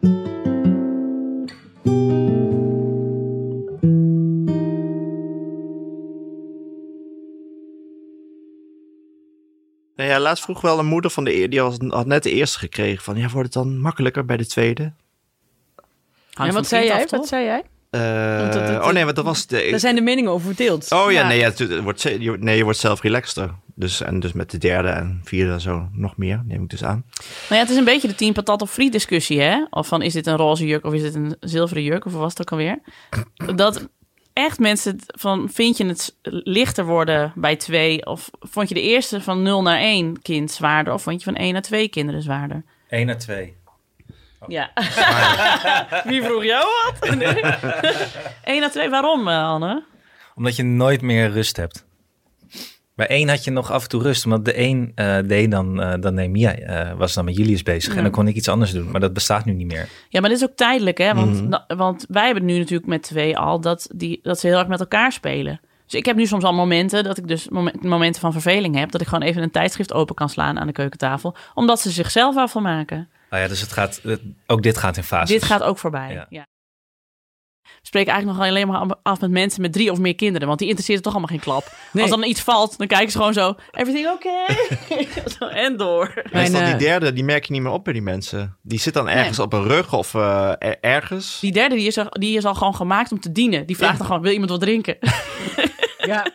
Nou ja, laatst vroeg wel een moeder van die had net de eerste gekregen. Van, ja, wordt het dan makkelijker bij de tweede? En wat zei jij? Wat zei jij? Want dat was daar zijn de meningen over verdeeld. Oh ja, je wordt zelf relaxter. Dus met de derde en vierde zo nog meer, neem ik dus aan. Nou ja, het is een beetje de 10 patat of friet discussie, hè? Of van, is dit een roze jurk of is dit een zilveren jurk? Of wat was het ook alweer? Dat echt mensen van, vind je het lichter worden bij 2? Of vond je de eerste van 0 naar 1 kind zwaarder? Of vond je van 1 naar 2 kinderen zwaarder? 1 naar 2. Oh. Ja. Wie vroeg jou wat? Nee. 1 naar 2, waarom, Anne? Omdat je nooit meer rust hebt. Bij 1 had je nog af en toe rust, omdat de 1 deed dan Mia was dan met Julius bezig. En dan kon ik iets anders doen, maar dat bestaat nu niet meer. Ja, maar dit is ook tijdelijk, hè? Want wij hebben nu natuurlijk met 2 al dat ze heel erg met elkaar spelen. Dus ik heb nu soms al momenten dat ik dus momenten van verveling heb, dat ik gewoon even een tijdschrift open kan slaan aan de keukentafel, omdat ze zichzelf af van maken. Nou ja, dus ook dit gaat in fases. Dit gaat ook voorbij, ja. We spreken eigenlijk nog alleen maar af met mensen met 3 of meer kinderen, want die interesseert het toch allemaal geen klap. Nee. Als dan iets valt, dan kijken ze gewoon zo, everything okay? En door. Meestal die derde, die merk je niet meer op bij die mensen. Die zit dan ergens op een rug of ergens. Die derde, die is al gewoon gemaakt om te dienen. Die vraagt dan gewoon, wil iemand wat drinken? Ja.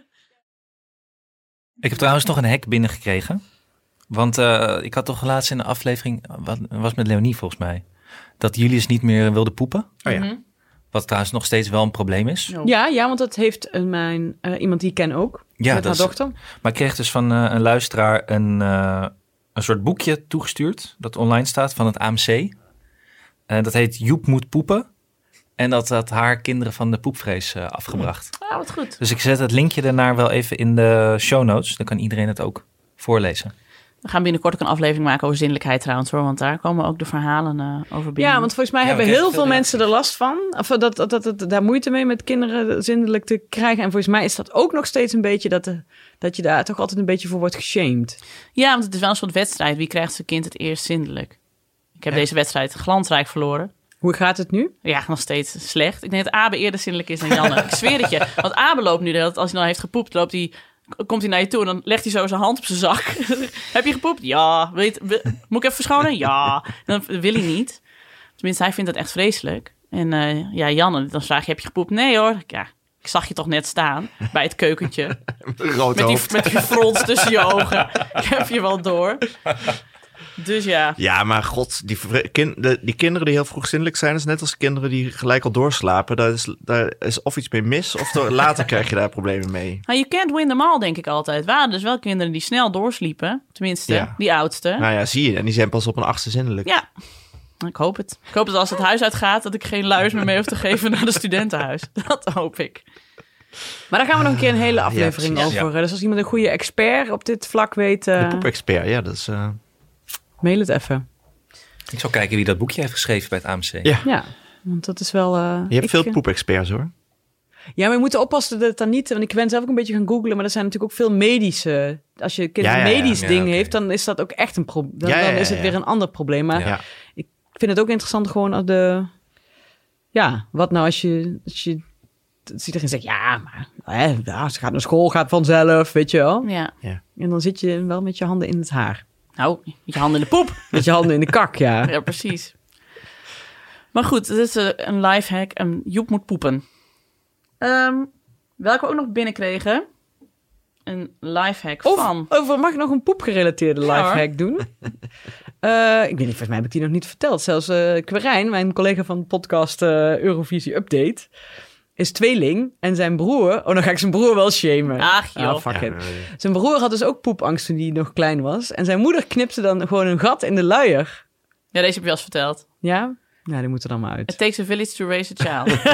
Ik heb trouwens nog een hack binnengekregen. Want ik had toch laatst in de aflevering, was met Leonie volgens mij, dat Julius niet meer wilde poepen. Oh ja. Mm-hmm. Wat trouwens nog steeds wel een probleem is. Ja, want dat heeft iemand die ik ken ook. Ja, met haar dochter. Maar ik kreeg dus van een luisteraar een soort boekje toegestuurd, dat online staat van het AMC. Dat heet Joep moet poepen. En dat had haar kinderen van de poepvrees afgebracht. Ja, wat goed. Dus ik zet het linkje daarnaar wel even in de show notes. Dan kan iedereen het ook voorlezen. We gaan binnenkort ook een aflevering maken over zinnelijkheid trouwens hoor. Want daar komen ook de verhalen over binnen. Ja, want volgens mij hebben heel veel mensen er last van. Of dat daar moeite mee met kinderen zinnelijk te krijgen. En volgens mij is dat ook nog steeds een beetje dat je daar toch altijd een beetje voor wordt geshamed. Ja, want het is wel een soort wedstrijd. Wie krijgt zijn kind het eerst zindelijk? Ik heb deze wedstrijd glansrijk verloren. Hoe gaat het nu? Ja, nog steeds slecht. Ik denk dat Abe eerder zindelijk is dan Janne. Ik zweer het je. Want Abe loopt nu, als hij nou heeft gepoept, komt hij naar je toe en dan legt hij zo zijn hand op zijn zak. Heb je gepoept? Ja. Moet ik even verschonen? Ja. Dan wil hij niet. Tenminste, hij vindt dat echt vreselijk. En Janne, dan vraag je, heb je gepoept? Nee hoor. Ja, ik zag je toch net staan bij het keukentje. Met die frons tussen je ogen. Ik heb je wel door. Dus ja. Ja, maar god, die kinderen die heel vroeg zindelijk zijn, is net als kinderen die gelijk al doorslapen. Daar is of iets mee mis, of later krijg je daar problemen mee. You can't win them all, denk ik altijd. Waren dus wel kinderen die snel doorsliepen. Tenminste, die oudste. Nou ja, zie je. En die zijn pas op een 8e zindelijk. Ja, ik hoop het. Ik hoop dat als het huis uitgaat, dat ik geen luiers meer mee hoef te geven naar de studentenhuis. Dat hoop ik. Maar daar gaan we nog een keer een hele aflevering over. Ja. Dus als iemand een goede expert op dit vlak weet... De poep-expert, ja, dat is... Mail het even. Ik zal kijken wie dat boekje heeft geschreven bij het AMC. Ja, want dat is wel... je hebt veel poep-experts hoor. Ja, maar je moet oppassen dat het dan niet... Want ik ben zelf ook een beetje gaan googlen, maar er zijn natuurlijk ook veel medische... Als je een medisch ding heeft, dan is dat ook echt een probleem. Dan is het weer een ander probleem. Maar ik vind het ook interessant gewoon... wat nou als je dat iedereen zegt, ze gaat naar school, gaat vanzelf, weet je wel. Ja. En dan zit je wel met je handen in het haar. Nou, met je handen in de poep. Met je handen in de kak, ja. Ja, precies. Maar goed, dit is een lifehack. Joep moet poepen. Welke we ook nog binnenkregen. Een lifehack van... Mag ik nog een poepgerelateerde lifehack doen? Ik weet niet, volgens mij heb ik die nog niet verteld. Zelfs Quirijn, mijn collega van de podcast Eurovisie Update, is tweeling. En zijn broer... dan ga ik zijn broer wel shamen. Ach joh. Fuck it. Zijn broer had dus ook poepangst toen hij nog klein was. En zijn moeder knipte dan gewoon een gat in de luier. Ja, deze heb je wel eens verteld. Ja? Nou, die moet er dan maar uit. It takes a village to raise a child.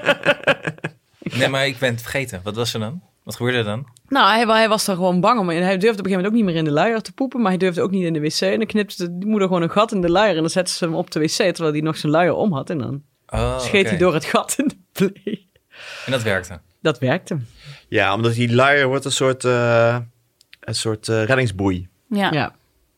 Nee, maar ik ben het vergeten. Wat was er dan? Wat gebeurde er dan? Nou, hij was er gewoon bang om. Hij durfde op een gegeven moment ook niet meer in de luier te poepen. Maar hij durfde ook niet in de wc. En dan knipte de moeder gewoon een gat in de luier. En dan zette ze hem op de wc terwijl hij nog zijn luier om had. En dan scheet hij door het gat in de plee. En dat werkte? Dat werkte. Ja, omdat die luier wordt een soort reddingsboei. Ja.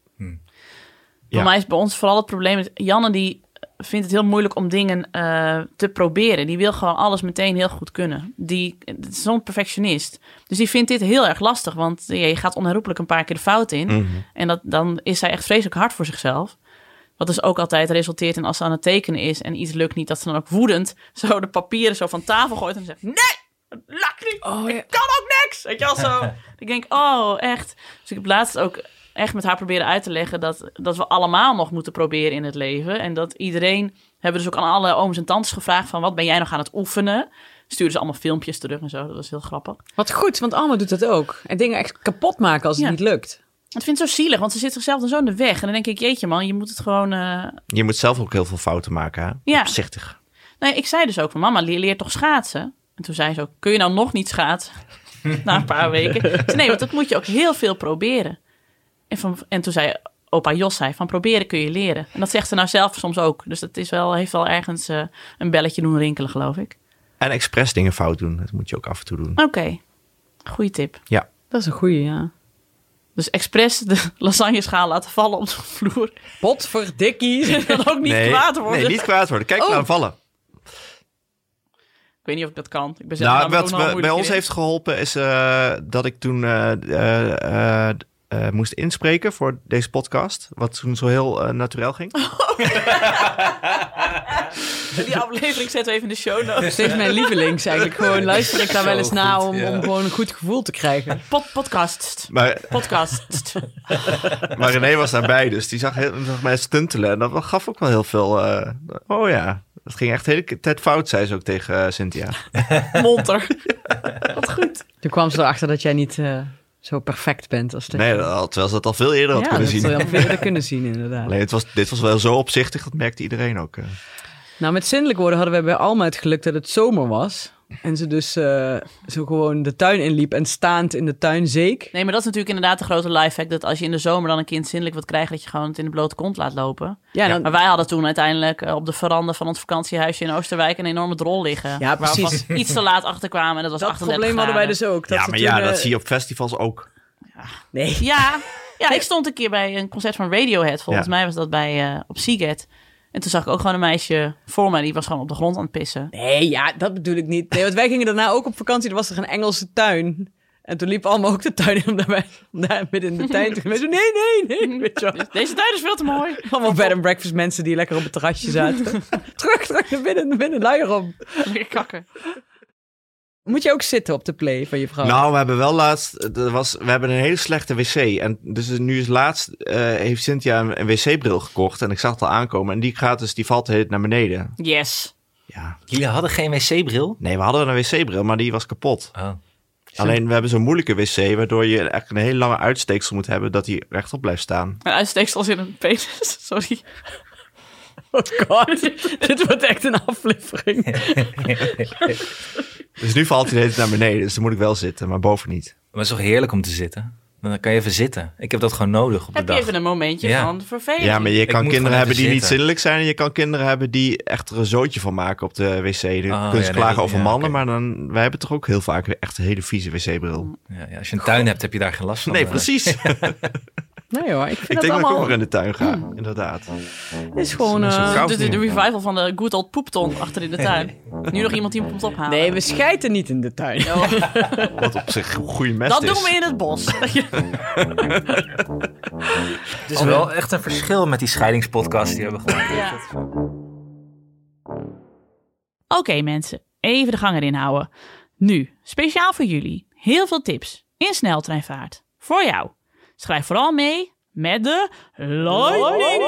Voor mij is bij ons vooral het probleem dat Janne die vindt het heel moeilijk om dingen te proberen. Die wil gewoon alles meteen heel goed kunnen. Die is zo'n perfectionist. Dus die vindt dit heel erg lastig. Want je gaat onherroepelijk een paar keer de fout in. Mm-hmm. En dan is zij echt vreselijk hard voor zichzelf. Wat dus ook altijd resulteert in als ze aan het tekenen is en iets lukt niet, dat ze dan ook woedend zo de papieren zo van tafel gooit en zegt: nee, het lukt niet. Ik kan ook niks. Weet je wel zo. Ik denk, echt. Dus ik heb laatst ook echt met haar proberen uit te leggen dat we allemaal nog moeten proberen in het leven. En dat iedereen, hebben dus ook aan alle ooms en tantes gevraagd van, wat ben jij nog aan het oefenen? Stuurden ze allemaal filmpjes terug en zo. Dat was heel grappig. Wat goed, want Alma doet dat ook. En dingen echt kapot maken als het niet lukt. Ik vind het zo zielig, want ze zit zichzelf dan zo in de weg. En dan denk ik, jeetje man, je moet het gewoon... Je moet zelf ook heel veel fouten maken, hè? Ja. Opzichtig. Nee, ik zei dus ook van, mama, leer toch schaatsen? En toen zei ze ook, kun je nou nog niet schaatsen? Na een paar weken. Ik zei, nee, want dat moet je ook heel veel proberen. En toen zei opa Jos, van proberen kun je leren. En dat zegt ze nou zelf soms ook. Dus dat heeft wel ergens een belletje doen rinkelen, geloof ik. En expres dingen fout doen, dat moet je ook af en toe doen. Oké, goeie tip. Ja. Dat is een goeie, ja. Dus expres de lasagneschaal laten vallen op de vloer. Potverdikkie. En dan ook niet kwaad worden. Nee, niet kwaad worden. Kijk, laat vallen. Ik weet niet of ik dat kan. Ik ben zelf wat bij ons heeft geholpen is dat ik toen moest inspreken voor deze podcast. Wat toen zo heel naturel ging. Die aflevering zetten we even in de show notes. Steeds mijn lievelings eigenlijk. Gewoon luister ik daar wel eens na om gewoon een goed gevoel te krijgen. Podcast. Podcast. Maar René was daarbij, dus die zag mij stuntelen. En dat gaf ook wel heel veel... dat ging echt de hele tijd fout, zei ze ook tegen Cynthia. Monter. Wat goed. Toen kwam ze erachter dat jij niet zo perfect bent. Als nee, terwijl ze dat al veel eerder had kunnen zien. Ja, dat had veel eerder kunnen zien, inderdaad. Alleen, dit was wel zo opzichtig, dat merkte iedereen ook. Nou, met zindelijk worden hadden we bij Alma het geluk dat het zomer was. En ze dus zo gewoon de tuin inliep en staand in de tuin zeek. Nee, maar dat is natuurlijk inderdaad de grote lifehack. Dat als je in de zomer dan een kind zindelijk wilt krijgen, dat je gewoon het in de blote kont laat lopen. Ja, maar wij hadden toen uiteindelijk op de veranda van ons vakantiehuisje in Oosterwijk een enorme drol liggen. Ja, precies. Waar we iets te laat achter kwamen en dat was dat 38 probleem hadden wij dus ook. Dat zie je op festivals ook. Ja. Nee. Ja, ik stond een keer bij een concert van Radiohead. Volgens mij was dat op Seagate. En toen zag ik ook gewoon een meisje voor mij. Die was gewoon op de grond aan het pissen. Nee, ja, dat bedoel ik niet. Nee, want wij gingen daarna ook op vakantie. Er was er een Engelse tuin. En toen liep allemaal ook de tuin in om daar midden in de tuin te gaan. Nee. Weet je wel. Deze tuin is veel te mooi. Allemaal bed and breakfast mensen die lekker op het terrasje zaten. terug naar binnen, luier om. Lekker kakken. Moet je ook zitten op de play van je vrouw? Nou, we hebben wel laatst... we hebben een hele slechte wc. En dus nu is laatst... heeft Cynthia een wc-bril gekocht. En ik zag het al aankomen. En die valt de hele tijd naar beneden. Yes. Ja. Jullie hadden geen wc-bril? Nee, we hadden een wc-bril, maar die was kapot. Oh. Alleen, we hebben zo'n moeilijke wc... waardoor je echt een hele lange uitsteeksel moet hebben... dat die rechtop blijft staan. Een uitsteeksel in een penis? Sorry. Oh god, dit wordt echt een aflevering. Dus nu valt hij de hele tijd naar beneden. Dus dan moet ik wel zitten, maar boven niet. Maar het is toch heerlijk om te zitten? Dan kan je even zitten. Ik heb dat gewoon nodig op de dag. Heb je even een momentje van verveling? Ja, maar je kan kinderen hebben die niet zindelijk zijn... en je kan kinderen hebben die echt er een zootje van maken op de wc. Kunnen ze klagen over mannen, maar wij hebben toch ook heel vaak echt een hele vieze wc-bril. Ja, als je een tuin hebt, heb je daar geen last van. Nee, precies. Nee hoor, ik vind Ik dat denk dat ik allemaal... ook in de tuin ga, inderdaad. Het is gewoon... De revival van de good old poepton achter in de tuin. Nu nog iemand die hem komt ophalen. Nee, we schijten niet in de tuin. Wat op zich een goede mest Dat is. doen we in het bos. Het is wel echt een verschil met die scheidingspodcast die we hebben gemaakt. Ja. Oké, mensen, even de gang erin houden. Nu, speciaal voor jullie, heel veel tips in sneltreinvaart. Voor jou. Schrijf vooral mee met de Lightning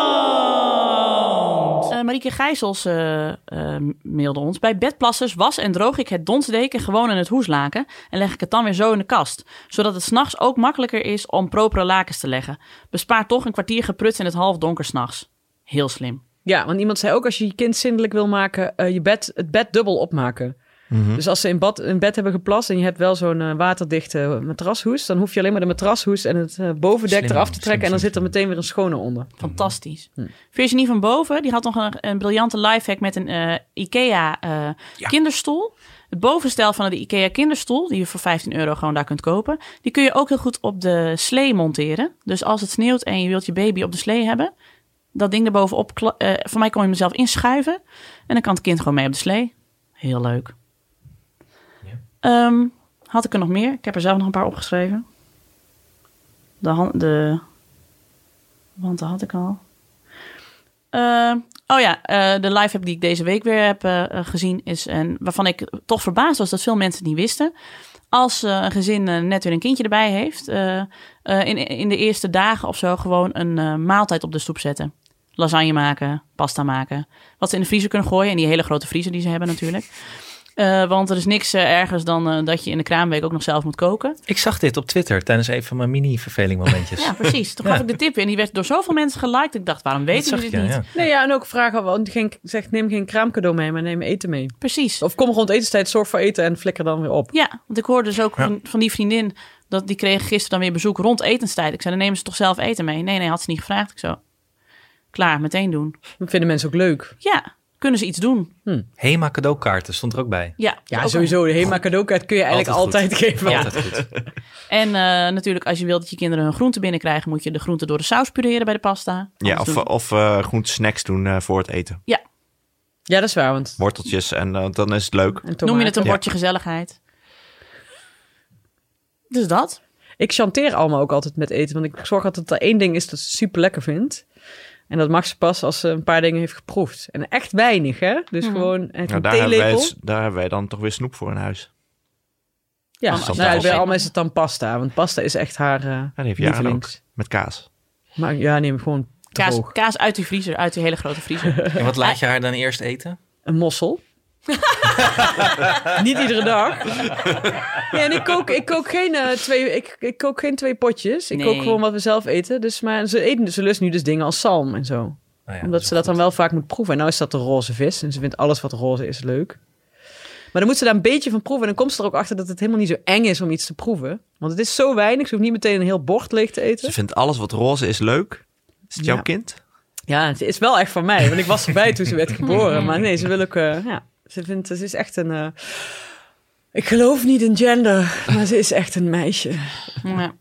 Round. Marieke Gijsels mailde ons. Bij bedplassers was en droog ik het donsdeken gewoon in het hoeslaken en leg ik het dan weer zo in de kast. Zodat het 's nachts ook makkelijker is om propere lakens te leggen. Bespaart toch een kwartier gepruts in het halfdonker 's nachts. Heel slim. Ja, want iemand zei ook als je je kind zindelijk wil maken, het bed dubbel opmaken. Mm-hmm. Dus als ze in bed hebben geplast en je hebt wel zo'n waterdichte matrashoes, dan hoef je alleen maar de matrashoes en het bovendek eraf te trekken en dan zit er meteen weer een schone onder. Fantastisch. Virginie van Boven, die had nog een briljante lifehack met een IKEA kinderstoel. Het bovenstel van de IKEA kinderstoel, die je voor €15 gewoon daar kunt kopen, die kun je ook heel goed op de slee monteren. Dus als het sneeuwt en je wilt je baby op de slee hebben, dat ding erbovenop, voor mij kon je mezelf inschuiven en dan kan het kind gewoon mee op de slee. Heel leuk. Had ik er nog meer? Ik heb er zelf nog een paar opgeschreven. Want dat had ik al. De live-app die ik deze week weer heb gezien is... en waarvan ik toch verbaasd was dat veel mensen het niet wisten. Als een gezin net weer een kindje erbij heeft... in de eerste dagen of zo gewoon een maaltijd op de stoep zetten. Lasagne maken, pasta maken. Wat ze in de vriezer kunnen gooien. En die hele grote vriezer die ze hebben natuurlijk. Want er is niks ergers dan dat je in de kraamweek ook nog zelf moet koken. Ik zag dit op Twitter tijdens een van mijn mini-vervelingmomentjes. Ja, precies. Toen gaf ik de tip in. Die werd door zoveel mensen geliked. Ik dacht, waarom weten jullie dit niet? Ja. Nee, ja, en ook vragen, neem geen kraamcadeau mee, maar neem eten mee. Precies. Of kom rond etenstijd, zorg voor eten en flikker dan weer op. Ja, want ik hoorde dus ook van die vriendin, dat die kreeg gisteren dan weer bezoek rond etenstijd. Ik zei, dan nemen ze toch zelf eten mee? Nee, had ze niet gevraagd. Ik zo, klaar, meteen doen. Dat vinden mensen ook leuk. Ja. Kunnen ze iets doen? HEMA cadeaukaarten stond er ook bij. Ja, sowieso. De HEMA cadeaukaart kun je eigenlijk altijd geven. Ja. Altijd goed. En natuurlijk, als je wilt dat je kinderen hun groenten binnenkrijgen, moet je de groenten door de saus pureren bij de pasta. Ja, of groentesnacks doen voor het eten. Ja. Ja, dat is waar. Want... worteltjes en dan is het leuk. Noem je het een bordje gezelligheid. Dus dat. Ik chanteer allemaal ook altijd met eten. Want ik zorg altijd dat er één ding is dat ze super lekker vindt. En dat mag ze pas als ze een paar dingen heeft geproefd. En echt weinig, hè? Dus gewoon een theelepel. Daar hebben wij dan toch weer snoep voor in huis. Ja, bij Alma is het dan pasta. Want pasta is echt haar lievelings. Met kaas. Maar ja, neem gewoon kaas uit die vriezer, uit die hele grote vriezer. En wat laat je haar dan eerst eten? Een mossel. Niet iedere dag. Ja, en ik kook geen twee potjes. Ik kook gewoon wat we zelf eten. Dus, maar ze lust nu dus dingen als zalm en zo. Omdat ze dat dan wel vaak moet proeven. En nou is dat de roze vis. En ze vindt alles wat roze is leuk. Maar dan moet ze daar een beetje van proeven. En dan komt ze er ook achter dat het helemaal niet zo eng is om iets te proeven. Want het is zo weinig. Ze hoeft niet meteen een heel bord leeg te eten. Ze vindt alles wat roze is leuk. Is het jouw kind? Ja, het is wel echt van mij. Want ik was erbij toen ze werd geboren. Maar nee, ze wil ook... Ze is echt een... ik geloof niet in gender, maar ze is echt een meisje. Ja.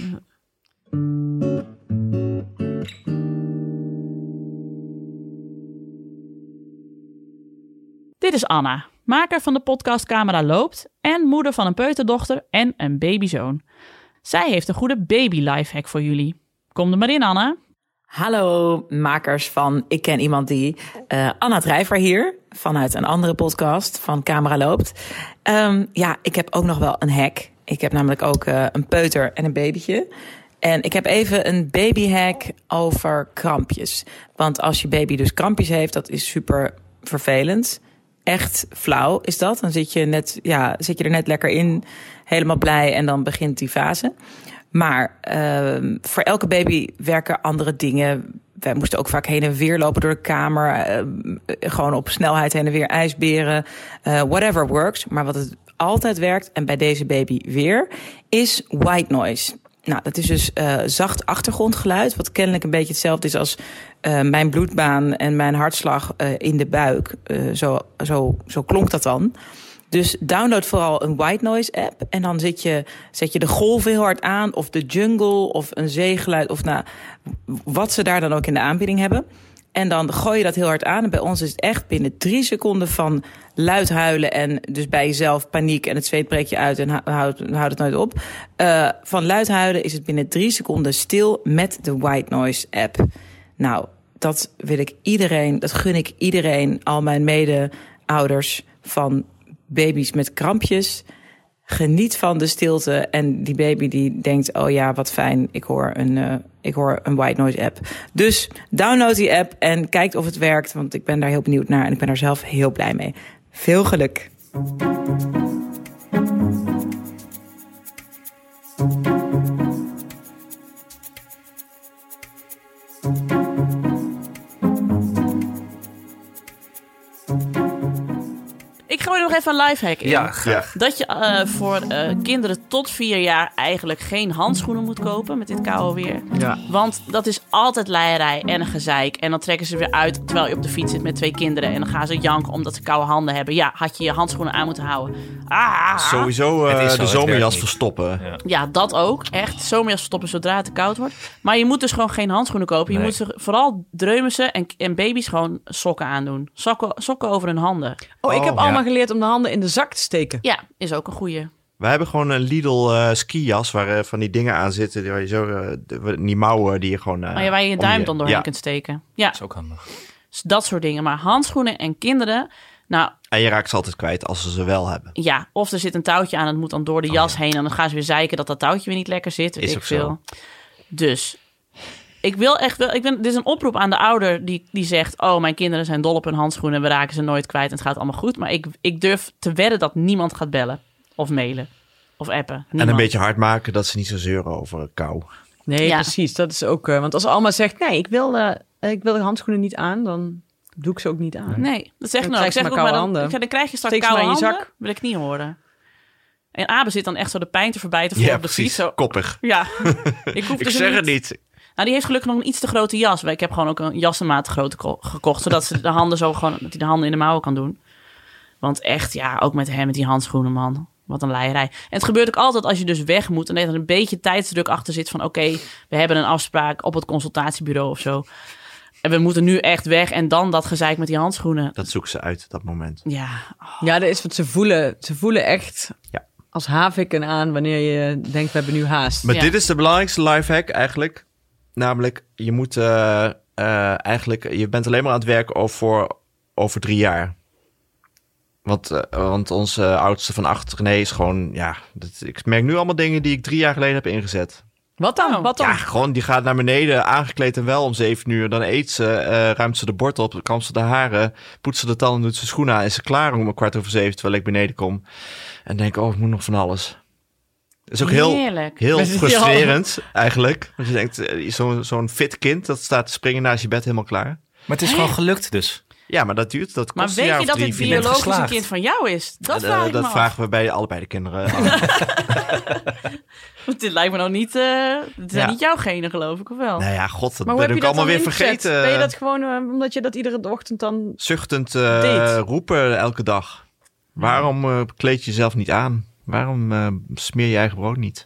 Dit is Anna, maker van de podcast Camera Loopt en moeder van een peuterdochter en een babyzoon. Zij heeft een goede baby lifehack voor jullie. Kom er maar in, Anna. Hallo, makers van Ik Ken Iemand Die. Anna Drijver hier, vanuit een andere podcast van Camera Loopt. Ik heb ook nog wel een hack. Ik heb namelijk ook een peuter en een babytje. En ik heb even een babyhack over krampjes. Want als je baby dus krampjes heeft, dat is super vervelend. Echt flauw is dat. Dan zit je er net lekker in, helemaal blij en dan begint die fase. Maar voor elke baby werken andere dingen. Wij moesten ook vaak heen en weer lopen door de kamer. Gewoon op snelheid heen en weer ijsberen. Whatever works. Maar wat het altijd werkt, en bij deze baby weer, is white noise. Nou, dat is dus zacht achtergrondgeluid. Wat kennelijk een beetje hetzelfde is als mijn bloedbaan en mijn hartslag in de buik. Zo klonk dat dan. Dus download vooral een white noise app. En dan zet je de golf heel hard aan. Of de jungle of een zeegeluid. Of wat ze daar dan ook in de aanbieding hebben. En dan gooi je dat heel hard aan. En bij ons is het echt binnen 3 seconden van luid huilen. En dus bij jezelf paniek en het zweet breekt je uit en houdt het nooit op. Van luid huilen is het binnen 3 seconden stil met de white noise app. Nou, dat gun ik iedereen, al mijn mede-ouders van baby's met krampjes. Geniet van de stilte en die baby die denkt, oh ja, wat fijn, ik hoor een white noise app. Dus download die app en kijk of het werkt, want ik ben daar heel benieuwd naar en ik ben er zelf heel blij mee. Veel geluk! Ik gooi er nog even een lifehack in. Ja, graag. Dat je voor kinderen tot 4 jaar eigenlijk geen handschoenen moet kopen met dit koude weer. Ja. Want dat is altijd leierij en een gezeik. En dan trekken ze weer uit terwijl je op de fiets zit met 2 kinderen. En dan gaan ze janken omdat ze koude handen hebben. Ja, had je je handschoenen aan moeten houden. Sowieso de zomerjas verstoppen. Ja, dat ook. Echt. Zomerjas verstoppen zodra het te koud wordt. Maar je moet dus gewoon geen handschoenen kopen. Je moet ze vooral dreumissen en baby's gewoon sokken aandoen. Sokken over hun handen. Ik heb allemaal geleerd om de handen in de zak te steken. Ja, is ook een goeie. We hebben gewoon een Lidl skijas waar van die dingen aan zitten. Waar je zo, die mouwen die je gewoon... waar je je duim dan doorheen kunt steken. Ja, Dat is ook handig. dus dat soort dingen. Maar handschoenen en kinderen... Nou, en je raakt ze altijd kwijt als ze wel hebben. Ja, of er zit een touwtje aan. Het moet dan door de jas heen. En dan gaan ze weer zeiken dat touwtje weer niet lekker zit. Weet is ik ook veel. zo. Dus... dit is een oproep aan de ouder die zegt... oh, mijn kinderen zijn dol op hun handschoenen... we raken ze nooit kwijt en het gaat allemaal goed. Maar ik durf te wedden dat niemand gaat bellen. Of mailen. Of appen. Niemand. En een beetje hard maken dat ze niet zo zeuren over kou. Nee, Ja. precies. Dat is ook... want als Alma zegt... nee, ik wil de handschoenen niet aan... dan doe ik ze ook niet aan. Nee, dat zegt Dan nou. krijg Ik je zeg maar ook koude maar handen. dan krijg je straks Steek ze koude maar in je handen. zak. Wil ik niet horen. En Abe zit dan echt zo de pijn te verbijten voor Ja, op de precies. fiets. Zo. Koppig. Ja, ik hoef Ik dus zeg het niet. Nou, die heeft gelukkig nog een iets te grote jas. Ik heb gewoon ook een jassenmaat te groot gekocht. Zodat ze de handen zo gewoon, dat hij de handen in de mouwen kan doen. Want echt, ja, ook met hem, met die handschoenen, man. Wat een leierij. En het gebeurt ook altijd als je dus weg moet. En er een beetje tijdsdruk achter zit van... oké, we hebben een afspraak op het consultatiebureau of zo. En we moeten nu echt weg. En dan dat gezeik met die handschoenen. Dat zoeken ze uit, dat moment. Ja. Ja, dat is wat ze voelen echt als haviken aan wanneer je denkt, we hebben nu haast. Maar Ja. dit is de belangrijkste lifehack eigenlijk. Namelijk, je moet je bent alleen maar aan het werken over 3 jaar. Want onze oudste van 8, René, is gewoon... Ja, ik merk nu allemaal dingen die ik 3 jaar geleden heb ingezet. Wat dan? Oh. Wat dan? Ja, gewoon die gaat naar beneden, aangekleed en wel om 7 uur. Dan eet ze, ruimt ze de bord op, kampt ze de haren, poetst ze de tanden, doet ze schoenen aan. Is ze klaar om 7:15 terwijl ik beneden kom. En denk, ik moet nog van alles. Dat is ook Heerlijk. heel We zitten hier frustrerend eigenlijk. Want je denkt, zo'n fit kind dat staat te springen naast je bed helemaal klaar. Maar het is gewoon gelukt dus. Ja, maar dat duurt. Dat Maar kost weet een jaar je of dat 3, dit 4. biologisch een geslaagd. kind van jou is? Dat vraag ik me Dat af. vragen we bij allebei de kinderen. Want dit lijkt me nou niet... het zijn Ja. niet jouw genen, geloof ik, of wel? Nou ja, god, dat Maar hoe ben heb ik je dat allemaal dan weer ingezet? vergeten. Ben je dat gewoon omdat je dat iedere ochtend dan... Zuchtend Deed. roepen elke dag. Waarom kleed je jezelf niet aan? Waarom smeer je eigen brood niet?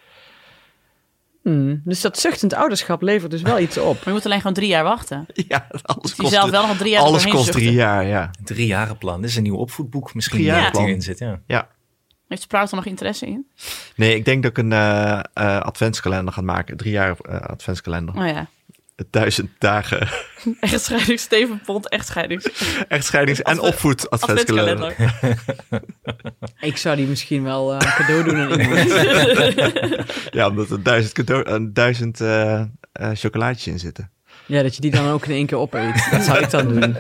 Dus dat zuchtend ouderschap levert dus wel iets op. Maar je moet alleen gewoon 3 jaar wachten. Ja, alles Je zelf wel nog 3 jaar alles doorheen kost zuchten. 3 jaar, ja. 3-jarenplan. Dit is een nieuw opvoedboek misschien. 3 jaar dat plan. hierin zit, ja. Heeft Sprout er nog interesse in? Nee, ik denk dat ik een adventskalender ga maken. 3 jaar adventskalender. Oh ja. 1000 dagen Echtscheidings, Steven Pont, echtscheidings. echtscheidings- en opvoed adventskalender. Ik zou die misschien wel een cadeau doen aan iemand. Ja, omdat er 1000 chocolaatjes in zitten. Ja, dat je die dan ook in één keer opeet. Dat zou ik dan doen.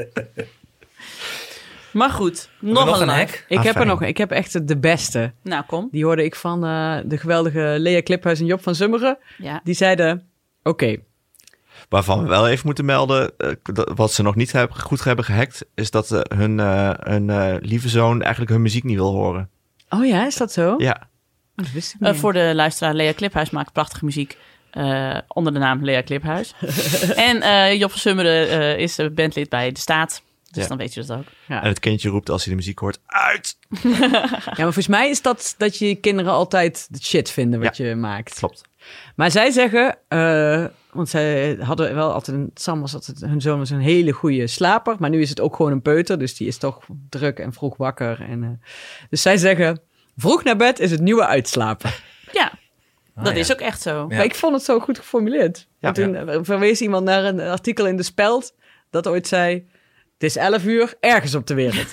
Maar goed, Nog nog een een hack. Ik heb er fijn. nog. Ik heb echt de beste. Nou, kom. Die hoorde ik van de geweldige Lea Kliphuis en Job van Zummeren. Ja. Die zeiden, oké, Waarvan we wel even moeten melden, wat ze nog niet goed hebben gehackt, is dat hun lieve zoon eigenlijk hun muziek niet wil horen. oh ja, is dat zo? Ja, Dat wist ik niet. Voor de luisteraar, Lea Kliphuis maakt prachtige muziek onder de naam Lea Kliphuis. En Job van Summeren is bandlid bij De Staat. Dus dan weet je dat ook. Ja. En het kindje roept als hij de muziek hoort, uit! Maar volgens mij is dat je kinderen altijd de shit vinden wat je maakt. Klopt. Maar zij zeggen, want zij hadden wel altijd, Sam was altijd, hun zoon was een hele goede slaper, maar nu is het ook gewoon een peuter, dus die is toch druk en vroeg wakker. Dus zij zeggen, vroeg naar bed is het nieuwe uitslapen. Ja, dat is ook echt zo. Ja. Maar ik vond het zo goed geformuleerd. Ja, toen verwees iemand naar een artikel in De Speld dat ooit zei, het is 11 uur ergens op de wereld.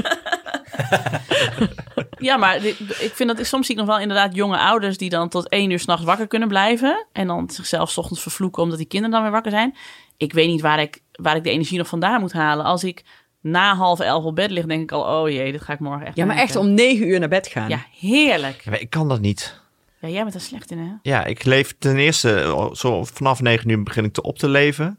Ja, maar ik vind dat soms zie ik nog wel inderdaad jonge ouders die dan tot 1 uur 's nachts wakker kunnen blijven en dan zichzelf 's ochtends vervloeken omdat die kinderen dan weer wakker zijn. Ik weet niet waar ik de energie nog vandaan moet halen. Als ik na 10:30 op bed lig, denk ik al, oh jee, dit ga ik morgen echt. Ja, maar echt om 9 uur naar bed gaan. Ja, heerlijk. Ja, ik kan dat niet. Ja, jij bent er slecht in, hè? Ja, ik leef ten eerste, zo vanaf 9 uur begin ik op te leven.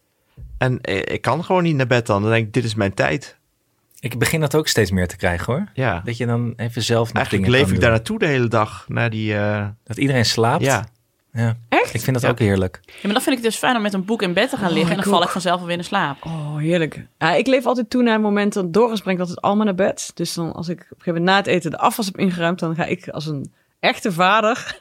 En ik kan gewoon niet naar bed dan. Dan denk ik, dit is mijn tijd. Ik begin dat ook steeds meer te krijgen, hoor. Ja. Dat je dan even zelf nog eigenlijk dingen leef kan ik doen. daar naartoe de hele dag. Naar die, Dat iedereen slaapt? Ja. Echt? Ik vind dat ook heerlijk. Ja, maar dan vind ik het dus fijn om met een boek in bed te gaan liggen en dan val ik vanzelf alweer in slaap. Oh, heerlijk. Ja, ik leef altijd toe naar het moment dat Doris brengt altijd allemaal naar bed. Dus dan als ik op een gegeven moment na het eten de afwas heb ingeruimd, dan ga ik als een echte vader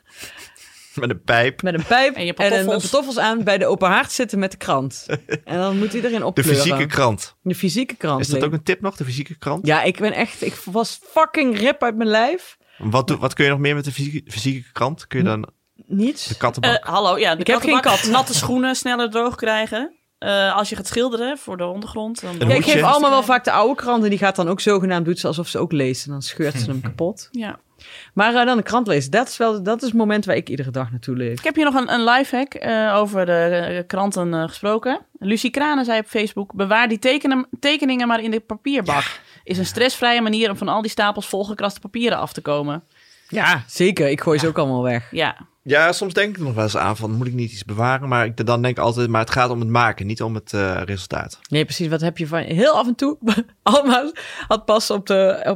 met een pijp en je pantoffels aan bij de open haard zitten met de krant. En dan moet iedereen de opkleuren. fysieke krant. De fysieke krant. Is dat ook een tip nog, de fysieke krant? Ja, ik was fucking rip uit mijn lijf. Wat kun je nog meer met de fysieke krant? Kun je dan niets? De kattenbak? Hallo, ja, ik heb geen kat. Natte schoenen sneller droog krijgen. Als je gaat schilderen voor de ondergrond. Dan ik geef allemaal wel vaak de oude krant en die gaat dan ook zogenaamd, doet ze alsof ze ook leest. En dan scheurt ze hem kapot. Ja. Maar dan de krant lezen, dat is het moment waar ik iedere dag naartoe leef. Ik heb hier nog een lifehack over de kranten gesproken. Lucie Kranen zei op Facebook, bewaar die tekeningen maar in de papierbak. Is een stressvrije manier om van al die stapels volgekraste papieren af te komen. Ja, zeker. Ik gooi ze ook allemaal weg. Ja, soms denk ik er nog wel eens aan van, moet ik niet iets bewaren? Maar ik dan denk ik altijd, maar het gaat om het maken, niet om het resultaat. Nee, precies. Wat heb je van... Heel af en toe, Alma had pas op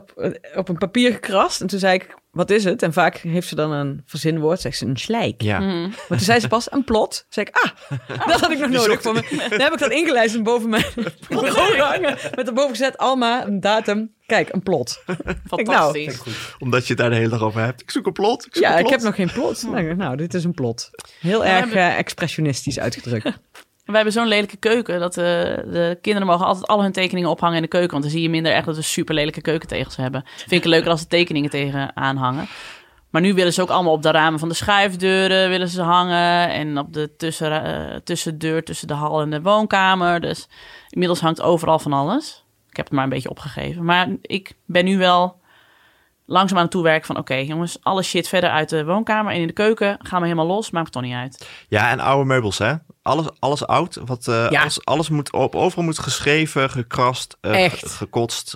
een papier gekrast. En toen zei ik, wat is het? En vaak heeft ze dan een verzinwoord, zegt ze een slijk. Ja. Maar toen zei ze pas, een plot. Zei ik, dat had ik nog nodig voor me. Dan heb ik dat ingelijst boven mijn bureau hangen. Met erboven gezet, Alma, een datum. Kijk, een plot. Fantastisch. Omdat je het daar de hele dag over hebt. Ik zoek een plot. Ik heb nog geen plot. Nou, dit is een plot. Heel erg expressionistisch uitgedrukt. We hebben zo'n lelijke keuken dat de kinderen mogen altijd al hun tekeningen ophangen in de keuken. Want dan zie je minder echt dat we super lelijke keukentegels hebben. Vind ik leuker als de tekeningen tegen aanhangen. Maar nu willen ze ook allemaal op de ramen van de schuifdeuren willen ze hangen. En op de tussendeur tussen de hal en de woonkamer. Dus inmiddels hangt overal van alles. Ik heb het maar een beetje opgegeven. Maar ik ben nu wel langzaam aan het toewerken van... Oké, jongens, alle shit verder uit de woonkamer en in de keuken. Gaan we helemaal los, maakt het toch niet uit. Ja, en oude meubels, hè? Alles oud. Alles moet overal moet geschreven, gekrast, gekotst,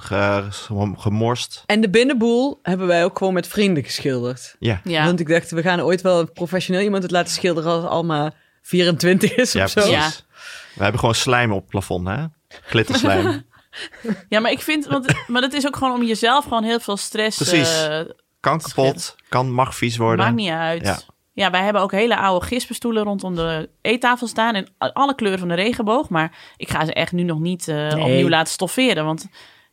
gemorst. En de binnenboel hebben wij ook gewoon met vrienden geschilderd. Ja. Want ik dacht, we gaan ooit wel professioneel iemand het laten schilderen als Alma 24 is of zo. Precies. Ja. We hebben gewoon slijm op het plafond, hè? Glitterslijm. Ja, maar ik vind... Maar dat is ook gewoon om jezelf gewoon heel veel stress... Precies. Kan kapot, mag vies worden. Maakt niet uit. Ja, wij hebben ook hele oude gispenstoelen rondom de eettafel staan... in alle kleuren van de regenboog. Maar ik ga ze echt nu nog niet opnieuw laten stofferen. Want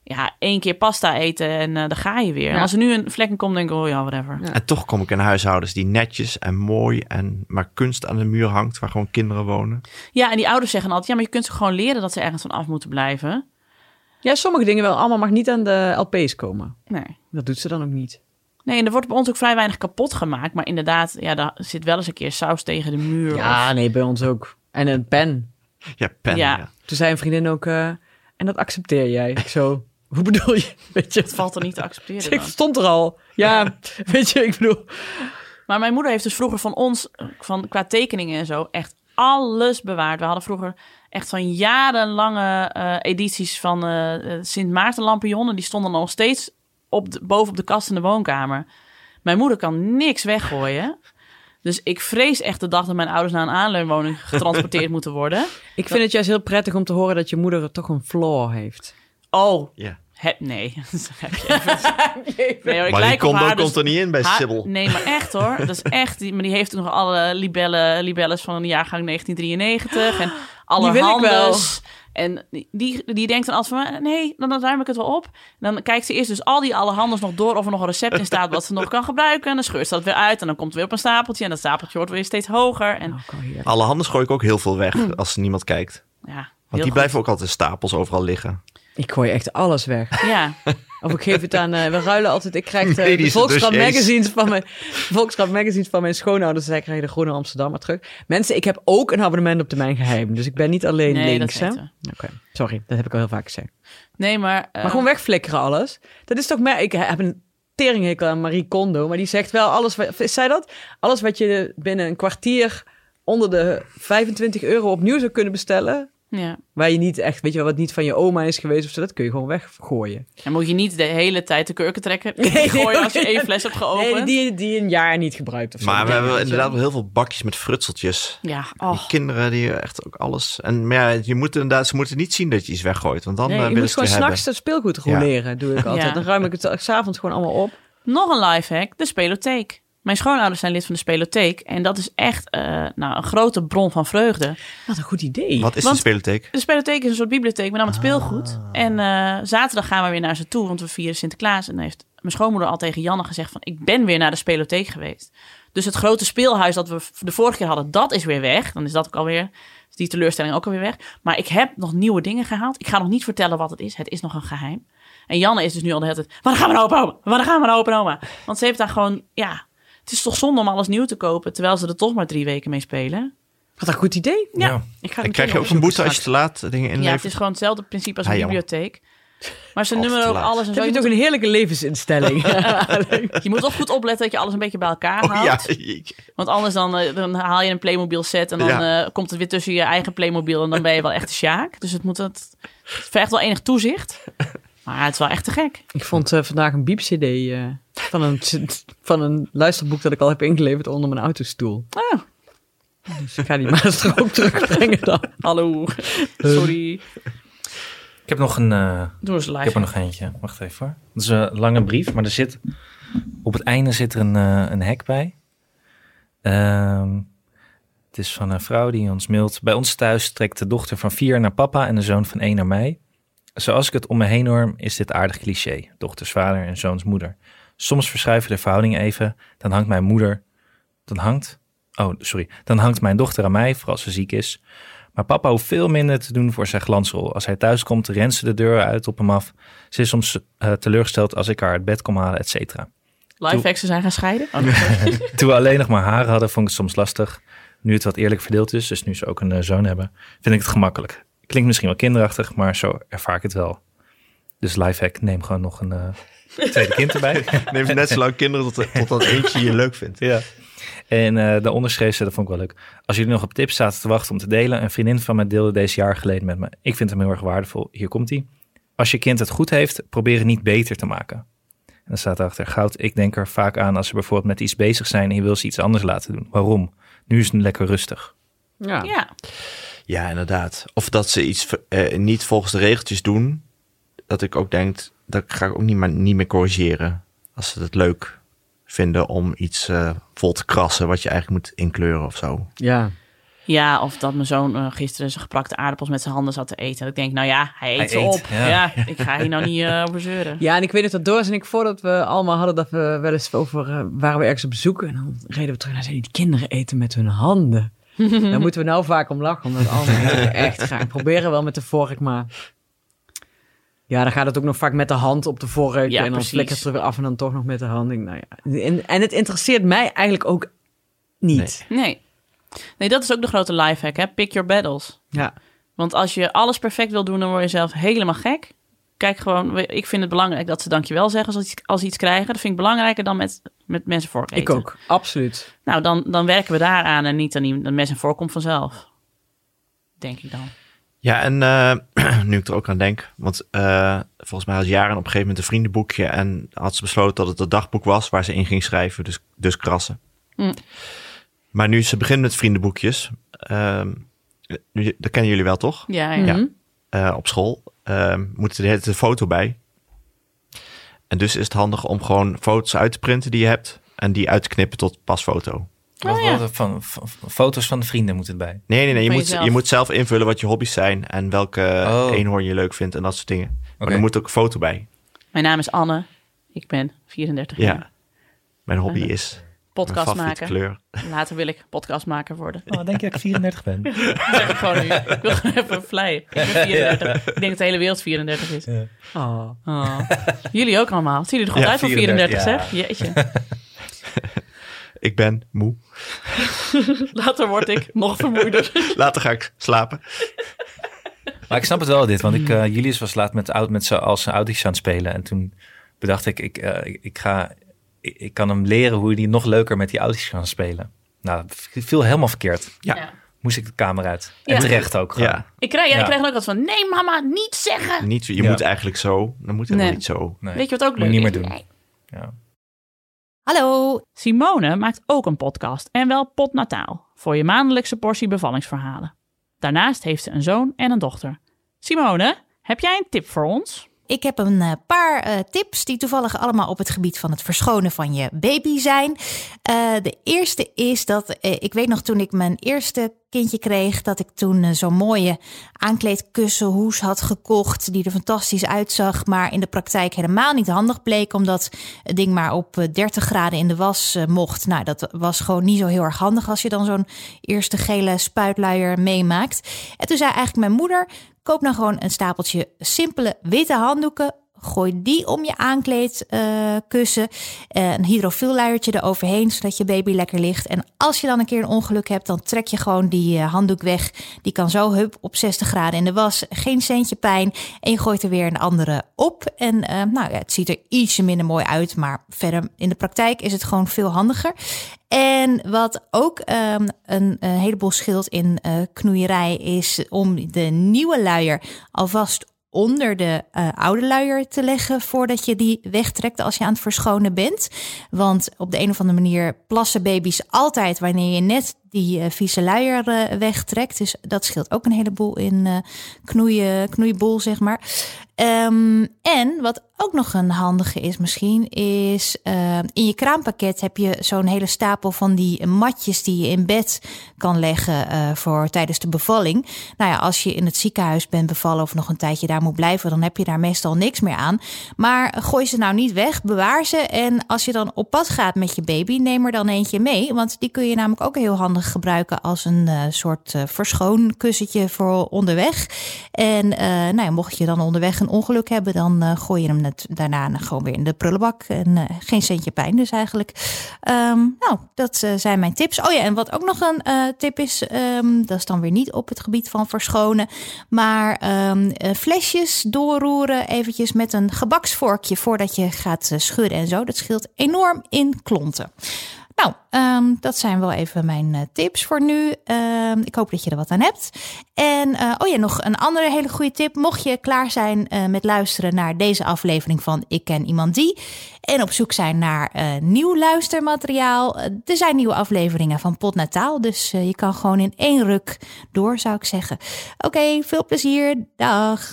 1 keer pasta eten en dan ga je weer. Ja. En als er nu een vlek in komt, denk ik, whatever. Ja. En toch kom ik in huishoudens die netjes en mooi... maar kunst aan de muur hangt, waar gewoon kinderen wonen. Ja, en die ouders zeggen altijd... ja, maar je kunt ze gewoon leren dat ze ergens van af moeten blijven. Ja, sommige dingen wel. Allemaal mag niet aan de LP's komen. Nee. Dat doet ze dan ook niet. Nee, en er wordt bij ons ook vrij weinig kapot gemaakt. Maar inderdaad, daar zit wel eens een keer saus tegen de muur. Ja, nee, bij ons ook. En een pen. Ja, pen. Ja. Toen zei een vriendin ook... en dat accepteer jij. Ik zo... Hoe bedoel je? Weet je? Het valt er niet te accepteren. Ik stond er al. Ja, weet je, ik bedoel... Maar mijn moeder heeft dus vroeger van ons... qua tekeningen en zo... echt alles bewaard. We hadden vroeger echt van jarenlange edities van Sint Maarten lampionnen. Die stonden nog steeds boven op de kast in de woonkamer. Mijn moeder kan niks weggooien. Dus ik vrees echt de dag dat mijn ouders naar een aanleunwoning getransporteerd moeten worden. Ik vind het juist heel prettig om te horen dat je moeder toch een flaw heeft. Oh, ja. Nee. Nee hoor, maar die komt er niet in bij Sibyl. Nee, maar echt hoor. Dat is echt. Maar die heeft nog alle libelles van de jaargang 1993. En alle handels. En die denkt dan altijd van, nee, dan ruim ik het wel op. En dan kijkt ze eerst dus al die allehandels nog door of er nog een recept in staat wat ze nog kan gebruiken. En dan scheurt ze dat weer uit en dan komt het weer op een stapeltje. En dat stapeltje wordt weer steeds hoger. En allehandels gooi ik ook heel veel weg als niemand kijkt. Ja, want die blijven ook altijd in stapels overal liggen. Ik gooi echt alles weg. Ja. Of ik geef het aan... we ruilen altijd... Ik krijg de Volkskrant magazines van mijn schoonouders. Zij krijgen de Groene Amsterdammer terug. Mensen, ik heb ook een abonnement op de Mijn Geheim. Dus ik ben niet alleen links, hè? Oké. Sorry, dat heb ik al heel vaak gezegd. Nee, maar gewoon wegflikkeren alles. Dat is toch... Ik heb een teringhekel aan Marie Kondo. Maar die zegt wel alles... Zei dat? Alles wat je binnen een kwartier onder de €25 opnieuw zou kunnen bestellen... Ja. Waar je niet echt, weet je wel, wat niet van je oma is geweest of zo, dat kun je gewoon weggooien. En moet je niet de hele tijd de kurken trekken gooien als je 1 fles hebt geopend. Nee, die een jaar niet gebruikt of zo. Maar we hebben inderdaad wel heel veel bakjes met frutseltjes. Ja. Die kinderen die echt ook alles. En maar ja, ze moeten niet zien dat je iets weggooit, want dan willen ze het weer hebben. Je moet gewoon 's nachts het speelgoed roleren, doe ik altijd. Ja. Dan ruim ik het 's avonds gewoon allemaal op. Nog een lifehack, de spelotheek. Mijn schoonouders zijn lid van de spelotheek. En dat is echt een grote bron van vreugde. Wat een goed idee. Wat is de spelotheek? De spelotheek is een soort bibliotheek met dan met speelgoed. En zaterdag gaan we weer naar ze toe, want we vieren Sinterklaas. En dan heeft mijn schoonmoeder al tegen Janne gezegd van... ik ben weer naar de spelotheek geweest. Dus het grote speelhuis dat we de vorige keer hadden, dat is weer weg. Dan is dat ook alweer, die teleurstelling ook alweer weg. Maar ik heb nog nieuwe dingen gehaald. Ik ga nog niet vertellen wat het is. Het is nog een geheim. En Janne is dus nu al de hele tijd... Waar gaan we nou op, oma? Waar gaan we nou op, oma? Want ze heeft daar gewoon... Het is toch zonde om alles nieuw te kopen, terwijl ze er toch maar 3 weken mee spelen. Wat een goed idee. Ja. En krijg je ook een boete als je te laat dingen inlevert? Ja, het is gewoon hetzelfde principe als een bibliotheek. Maar ze nummeren ook alles en zo. Heb je toch een heerlijke levensinstelling. Je moet ook goed opletten dat je alles een beetje bij elkaar houdt. Ja. Want anders dan haal je een Playmobil set en dan komt het weer tussen je eigen Playmobil en dan ben je wel echt de Sjaak. Dus het vergt wel enig toezicht. Maar het is wel echt te gek. Ik vond vandaag een biep-cd van een luisterboek dat ik al heb ingeleverd onder mijn autostoel. Oh. Dus ik ga die maar eens ook terugbrengen dan. Hallo. Sorry. Ik heb nog ik heb er nog eentje. Wacht even hoor. Dat is een lange brief, maar op het einde zit er een hek bij. Het is van een vrouw die ons mailt. Bij ons thuis trekt de dochter van 4 naar papa en de zoon van 1 naar mij. Zoals ik het om me heen hoor, is dit aardig cliché. Dochters vader en zoons moeder. Soms verschuiven de verhoudingen even. Dan hangt mijn dochter aan mij, vooral als ze ziek is. Maar papa hoeft veel minder te doen voor zijn glansrol. Als hij thuis komt, rent ze de deur uit op hem af. Ze is soms teleurgesteld als ik haar uit bed kom halen, et cetera. Lifehacks zijn gaan scheiden? Toen we alleen nog maar haren hadden, vond ik het soms lastig. Nu het wat eerlijk verdeeld is, dus nu ze ook een zoon hebben, vind ik het gemakkelijk. Klinkt misschien wel kinderachtig, maar zo ervaar ik het wel. Dus lifehack, neem gewoon nog een tweede kind erbij. Neem net zo lang kinderen tot dat eentje je leuk vindt. Ja. En daaronder schreef ze, dat vond ik wel leuk. Als jullie nog op tips zaten te wachten om te delen, een vriendin van mij deelde deze jaar geleden met me. Ik vind hem heel erg waardevol. Hier komt hij. Als je kind het goed heeft, probeer het niet beter te maken. En dan staat erachter, Goud, ik denk er vaak aan als ze bijvoorbeeld met iets bezig zijn en je wil ze iets anders laten doen. Waarom? Nu is het lekker rustig. Ja, inderdaad. Of dat ze iets niet volgens de regeltjes doen. Dat ik ook denk, dat ga ik ook niet meer corrigeren. Als ze het leuk vinden om iets vol te krassen wat je eigenlijk moet inkleuren of zo. Ja. Ja, of dat mijn zoon gisteren zijn geprakte aardappels met zijn handen zat te eten. En ik denk, hij eet ze op. Ja, ik ga hier nou niet over zeuren. Ja, en ik weet het dat Doris en ik, voordat we allemaal hadden dat we wel eens waren we ergens op bezoek. En dan reden we terug naar die kinderen eten met hun handen. Daar moeten we nou vaak om lachen, omdat allemaal echt graag proberen wel met de vork, maar ja, dan gaat het ook nog vaak met de hand op de vork en dan flikkert het er weer af en dan toch nog met de hand. En het interesseert mij eigenlijk ook niet. Nee, dat is ook de grote lifehack, hè? Pick your battles. Ja. Want als je alles perfect wil doen, dan word je zelf helemaal gek. Kijk gewoon, ik vind het belangrijk dat ze dankjewel zeggen als ze iets krijgen. Dat vind ik belangrijker dan met mes en vork eten. Ik ook, absoluut. Nou, dan werken we daaraan en niet aan die mes en vork komt vanzelf. Denk ik dan. Ja, en nu ik er ook aan denk, want volgens mij had Jaren op een gegeven moment een vriendenboekje en had ze besloten dat het het dagboek was waar ze in ging schrijven, dus krassen. Maar nu ze begint met vriendenboekjes, dat kennen jullie wel toch? Ja. Op school moet er de hele tijd een foto bij. En dus is het handig om gewoon foto's uit te printen die je hebt en die uit te knippen tot pasfoto. Van foto's van de vrienden moet het bij. Nee. Je moet zelf invullen wat je hobby's zijn en welke eenhoorn je leuk vindt en dat soort dingen. Maar er moet ook een foto bij. Mijn naam is Anne. Ik ben 34 jaar. Ja. Mijn hobby is podcast maken. Kleur. Later wil ik podcastmaker worden. Oh, denk je dat ik 34 ben? Dat zeg ik gewoon nu. Ik wil gewoon even flyen. Ik ben 34. Ja. Ik denk dat de hele wereld 34 is. Ja. Oh. Jullie ook allemaal. Zien jullie er goed uit voor 34, zeg? Jeetje. Ik ben moe. Later word ik nog vermoeider. Later ga ik slapen. Maar ik snap het wel dit, want Julius was laat met zijn audi's aan het spelen. En toen bedacht ik kan hem leren hoe hij nog leuker met die audi's kan spelen. Nou, dat viel helemaal verkeerd. Ja. Moest ik de kamer uit. En terecht ook gewoon. Ja. Ik krijg ook altijd van, nee mama, niet zeggen. Je moet eigenlijk zo. Dan moet helemaal niet zo. Nee. Weet je wat ook leuk is? Niet meer doen. Nee. Ja. Hallo. Simone maakt ook een podcast en wel Potnataal. Voor je maandelijkse portie bevallingsverhalen. Daarnaast heeft ze een zoon en een dochter. Simone, heb jij een tip voor ons? Ik heb een paar tips die toevallig allemaal op het gebied van het verschonen van je baby zijn. De eerste is dat ik weet nog toen ik mijn eerste kindje kreeg, dat ik toen zo'n mooie aankleedkussenhoes had gekocht die er fantastisch uitzag, maar in de praktijk helemaal niet handig bleek, omdat het ding maar op 30 graden in de was mocht. Nou, dat was gewoon niet zo heel erg handig als je dan zo'n eerste gele spuitluier meemaakt. En toen zei eigenlijk mijn moeder, koop nou gewoon een stapeltje simpele witte handdoeken. Gooi die om je aankleedkussen. Een hydrofielluiertje eroverheen, zodat je baby lekker ligt. En als je dan een keer een ongeluk hebt, dan trek je gewoon die handdoek weg. Die kan zo op 60 graden in de was. Geen centje pijn. En je gooit er weer een andere op. En het ziet er ietsje minder mooi uit. Maar verder in de praktijk is het gewoon veel handiger. En wat ook een heleboel scheelt in knoeierij is om de nieuwe luier alvast onder de oude luier te leggen voordat je die wegtrekt als je aan het verschonen bent. Want op de een of andere manier plassen baby's altijd wanneer je net die vieze luier wegtrekt. Dus dat scheelt ook een heleboel in knoeiboel, zeg maar. En wat ook nog een handige is misschien, is in je kraampakket heb je zo'n hele stapel van die matjes die je in bed kan leggen voor tijdens de bevalling. Nou ja, als je in het ziekenhuis bent bevallen of nog een tijdje daar moet blijven, dan heb je daar meestal niks meer aan. Maar gooi ze nou niet weg, bewaar ze. En als je dan op pad gaat met je baby, neem er dan eentje mee. Want die kun je namelijk ook heel handig gebruiken als een soort verschoonkussentje voor onderweg. En mocht je dan onderweg een ongeluk hebben, dan gooi je hem daarna gewoon weer in de prullenbak. En geen centje pijn dus eigenlijk. Dat zijn mijn tips. Oh ja, en wat ook nog een tip is, dat is dan weer niet op het gebied van verschonen, maar flesjes doorroeren eventjes met een gebaksvorkje voordat je gaat schudden en zo. Dat scheelt enorm in klonten. Nou, dat zijn wel even mijn tips voor nu. Ik hoop dat je er wat aan hebt. En nog een andere hele goede tip. Mocht je klaar zijn met luisteren naar deze aflevering van Ik Ken Iemand Die en op zoek zijn naar nieuw luistermateriaal, er zijn nieuwe afleveringen van Potnataal. Dus je kan gewoon in één ruk door, zou ik zeggen. Oké, veel plezier. Dag.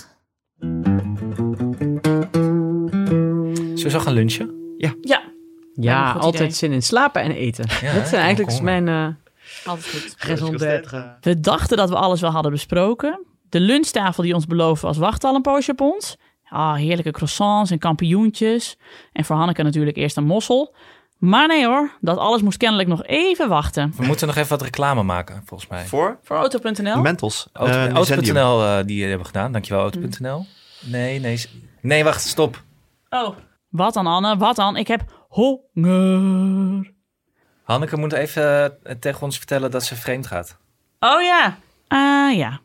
Zullen we zo gaan lunchen? Ja. Ja, altijd zin in slapen en eten. Ja, dat zijn eigenlijk mijn altijd goed. raison d'être. We dachten dat we alles wel hadden besproken. De lunchtafel die ons beloofd was, wacht al een poosje op ons. Heerlijke croissants en kampioentjes. En voor Hanneke natuurlijk eerst een mossel. Maar nee hoor, dat alles moest kennelijk nog even wachten. We moeten nog even wat reclame maken, volgens mij. Voor Auto.nl? Mentos. Auto.nl, die hebben gedaan. Dankjewel, Auto.nl. Nee, wacht, stop. Oh, wat dan Anne, wat dan? Ik heb honger. Hanneke moet even tegen ons vertellen dat ze vreemd gaat. Oh ja. Ja.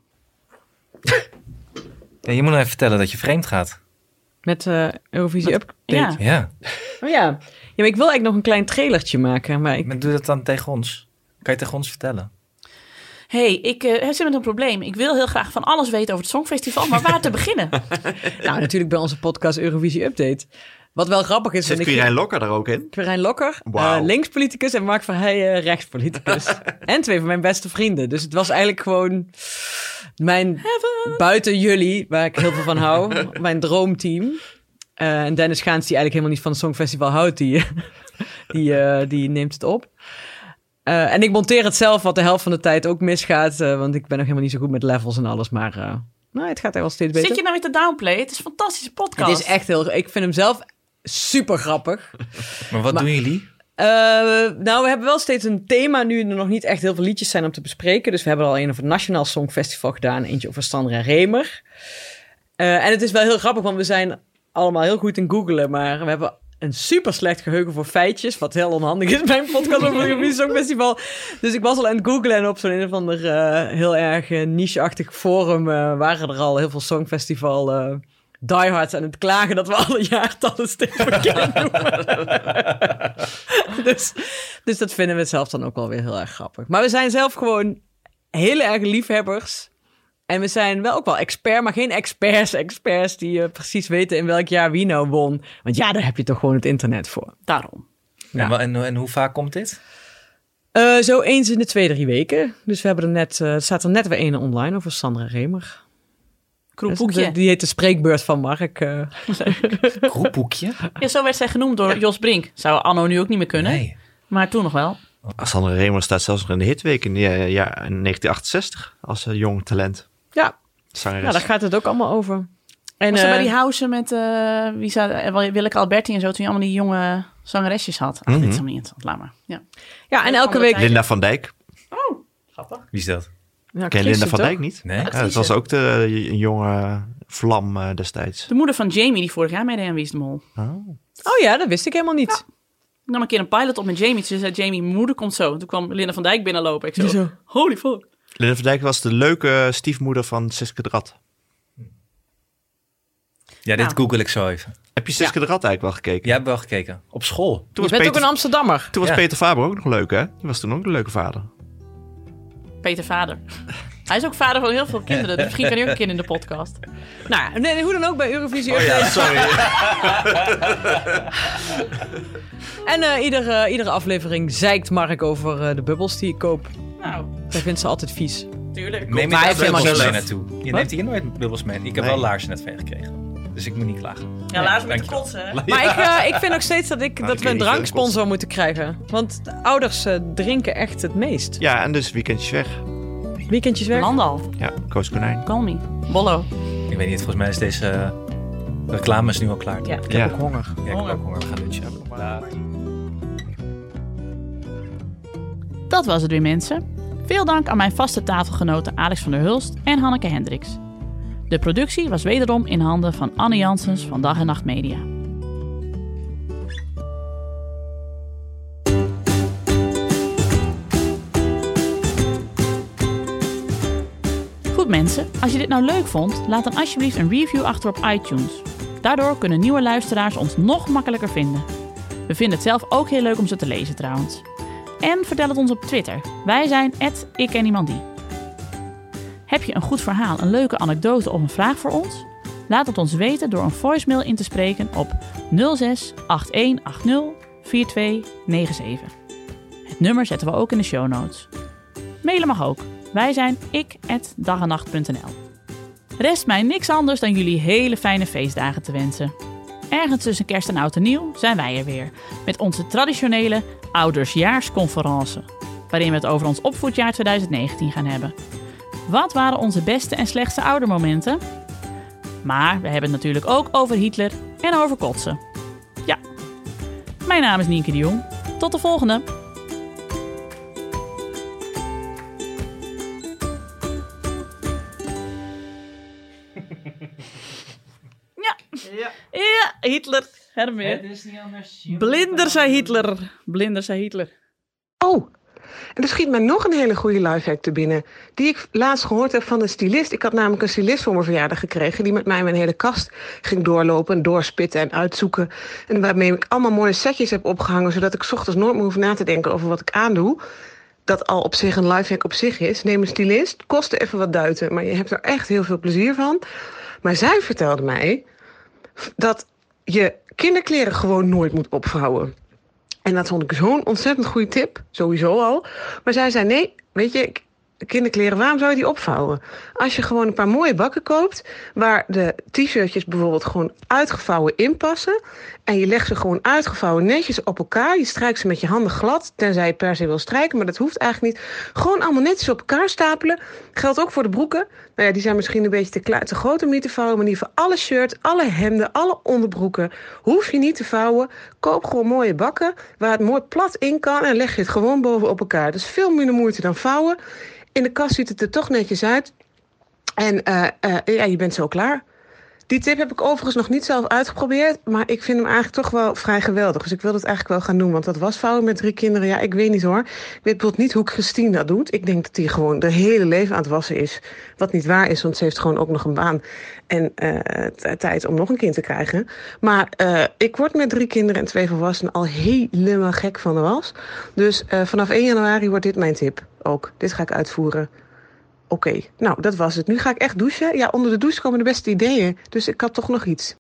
Ja, je moet nog even vertellen dat je vreemd gaat. Met Eurovisie Update. Ja. Oh ja. Ja, maar ik wil eigenlijk nog een klein trailertje maken. Maar doe dat dan tegen ons. Kan je tegen ons vertellen? Hey, ik zit met een probleem. Ik wil heel graag van alles weten over het Songfestival, maar waar te beginnen? Nou, natuurlijk bij onze podcast Eurovisie Update. Wat wel grappig is... Zit Quirijn Lokker er ook in? Quirijn Lokker, linkspoliticus en Mark Verheijen, rechtspoliticus. En 2 van mijn beste vrienden. Dus het was eigenlijk gewoon mijn, buiten jullie, waar ik heel veel van hou, mijn droomteam. En Dennis Gaans, die eigenlijk helemaal niet van het Songfestival houdt, die neemt het op. En ik monteer het zelf, wat de helft van de tijd ook misgaat. Want ik ben nog helemaal niet zo goed met levels en alles. Maar het gaat er wel steeds beter. Zit je nou weer te downplay? Het is een fantastische podcast. Het is echt ik vind hem zelf super grappig. Maar wat doen jullie? We hebben wel steeds een thema nu er nog niet echt heel veel liedjes zijn om te bespreken. Dus we hebben al een over het Nationaal Songfestival gedaan. Eentje over Sandra Remer. En het is wel heel grappig, want we zijn allemaal heel goed in googlen. Maar we hebben een super slecht geheugen voor feitjes. Wat heel onhandig is bij een podcast over het Eurovisie Songfestival. Dus ik was al aan het googlen en op zo'n een of ander heel erg niche-achtig forum waren er al heel veel Songfestival diehards aan het klagen dat we alle jaartallen steeds verkeerd noemen. Dus dat vinden we zelf dan ook wel weer heel erg grappig. Maar we zijn zelf gewoon hele erg liefhebbers. En we zijn wel ook wel expert, maar geen experts die precies weten in welk jaar wie nou won. Want ja, daar heb je toch gewoon het internet voor. Daarom. Ja. En hoe vaak komt dit? Zo eens in de 2-3 weken. Dus we hebben er staat er net weer een online over Sandra Remer. Kroepboekje. Die heet de spreekbeurt van Mark. Groepboekje? Ja, zo werd zij genoemd door Jos Brink. Zou Anno nu ook niet meer kunnen. Nee. Maar toen nog wel. Sandra Remer staat zelfs nog in de hitweek in 1968 als jong talent. Ja. Zangeres. Ja, daar gaat het ook allemaal over. En was er bij die house met Willeke Alberti en zo, toen je allemaal die jonge zangeresjes had. Ach, dit is allemaal niet interessant. Laat maar. Ja, en elke week... Linda van Dijk. Oh, grappig. Wie is dat? Ja, Ken je Linda van Dijk niet? Nee. Ja, dat was ook de jonge vlam destijds. De moeder van Jamie, die vorig jaar meedeed aan Wie is de Mol. Oh ja, dat wist ik helemaal niet. Ja. Ik nam een keer een pilot op met Jamie. Toen zei Jamie, mijn moeder komt zo. Toen kwam Linda van Dijk binnenlopen. Ik zo, holy fuck. Linda van Dijk was de leuke stiefmoeder van Siske de Rat. Ja, dit google ik zo even. Heb je Siske de Rat eigenlijk wel gekeken? Jij hebt wel gekeken. Op school. Je bent ook een Amsterdammer. Toen was Peter Faber ook nog leuk, hè? Die was toen ook de leuke vader. Peter Vader. Hij is ook vader van heel veel kinderen. Dus misschien kan hij ook een keer in de podcast. Nou, nee, hoe dan ook bij Eurovisie. Sorry. En iedere aflevering zeikt Mark over de bubbels die ik koop. Nou, Hij vindt ze altijd vies. tuurlijk. Neem je hij daar heeft helemaal bubbels geen mee lef. naartoe? Je neemt hier nooit bubbels mee. Ik heb wel laarzen net van je gekregen. Dus ik moet niet klagen. Ja, laat ze met dankjewel. kotsen. Hè? Maar ik vind nog steeds dat ik we weet een niet dranksponsor moeten krijgen. Want de ouders drinken echt het meest. Ja, en dus weekendjes weg. Weekendjes weg. Landal. Ja, Koos Konijn. Call me. Bollo. Ik weet niet, volgens mij is deze reclame is nu al klaar. Ja. Ik heb ook honger. Ja, ik heb ook honger. We gaan lunchen. Dat was het weer, mensen. Veel dank aan mijn vaste tafelgenoten Alex van der Hulst en Hanneke Hendricks. De productie was wederom in handen van Anne Janssens van Dag en Nacht Media. Goed mensen, als je dit nou leuk vond, laat dan alsjeblieft een review achter op iTunes. Daardoor kunnen nieuwe luisteraars ons nog makkelijker vinden. We vinden het zelf ook heel leuk om ze te lezen trouwens. En vertel het ons op Twitter. Wij zijn @ikkenniemandie. Heb je een goed verhaal, een leuke anekdote of een vraag voor ons? Laat het ons weten door een voicemail in te spreken op 06 8180 4297. Het nummer zetten we ook in de show notes. Mailen mag ook. Wij zijn ik@dagennacht.nl. Rest mij niks anders dan jullie hele fijne feestdagen te wensen. Ergens tussen kerst en oud en nieuw zijn wij er weer. Met onze traditionele oudersjaarsconferentie. Waarin we het over ons opvoedjaar 2019 gaan hebben. Wat waren onze beste en slechtste oudermomenten? Maar we hebben het natuurlijk ook over Hitler en over kotsen. Ja. Mijn naam is Nienke de Jong. Tot de volgende. Ja, Hitler. Hermé. Het is niet anders. Blinder zei Hitler. Blinder zei Hitler. Oh, en er schiet mij nog een hele goede lifehack te binnen. Die ik laatst gehoord heb van een stylist. Ik had namelijk een stylist voor mijn verjaardag gekregen. Die met mij mijn hele kast ging doorlopen en doorspitten en uitzoeken. En waarmee ik allemaal mooie setjes heb opgehangen. Zodat ik 's ochtends nooit meer hoef na te denken over wat ik aandoe. Dat al op zich een lifehack op zich is. Neem een stylist, kostte even wat duiten. Maar je hebt er echt heel veel plezier van. Maar zij vertelde mij dat je kinderkleren gewoon nooit moet opvouwen. En dat vond ik zo'n ontzettend goede tip. Sowieso al. Maar zij zei, nee, weet je, kinderkleren, waarom zou je die opvouwen? Als je gewoon een paar mooie bakken koopt, waar de t-shirtjes bijvoorbeeld gewoon uitgevouwen in passen, en je legt ze gewoon uitgevouwen netjes op elkaar, je strijkt ze met je handen glad, tenzij je per se wil strijken, maar dat hoeft eigenlijk niet. Gewoon allemaal netjes op elkaar stapelen. Geldt ook voor de broeken. Nou ja, die zijn misschien een beetje te groot om niet te vouwen, maar niet voor alle shirts, alle hemden, alle onderbroeken hoef je niet te vouwen. Koop gewoon mooie bakken waar het mooi plat in kan en leg je het gewoon bovenop elkaar. Dat is veel minder moeite dan vouwen. In de kast ziet het er toch netjes uit. En je bent zo klaar. Die tip heb ik overigens nog niet zelf uitgeprobeerd, maar ik vind hem eigenlijk toch wel vrij geweldig. Dus ik wil het eigenlijk wel gaan doen, want dat was vouwen met 3 kinderen. Ja, ik weet niet hoor. Ik weet bijvoorbeeld niet hoe Christine dat doet. Ik denk dat die gewoon de hele leven aan het wassen is. Wat niet waar is, want ze heeft gewoon ook nog een baan en tijd om nog een kind te krijgen. Maar ik word met 3 kinderen en 2 volwassenen al helemaal gek van de was. Dus vanaf 1 januari wordt dit mijn tip ook. Dit ga ik uitvoeren. Oké, nou, dat was het. Nu ga ik echt douchen. Ja, onder de douche komen de beste ideeën. Dus ik had toch nog iets.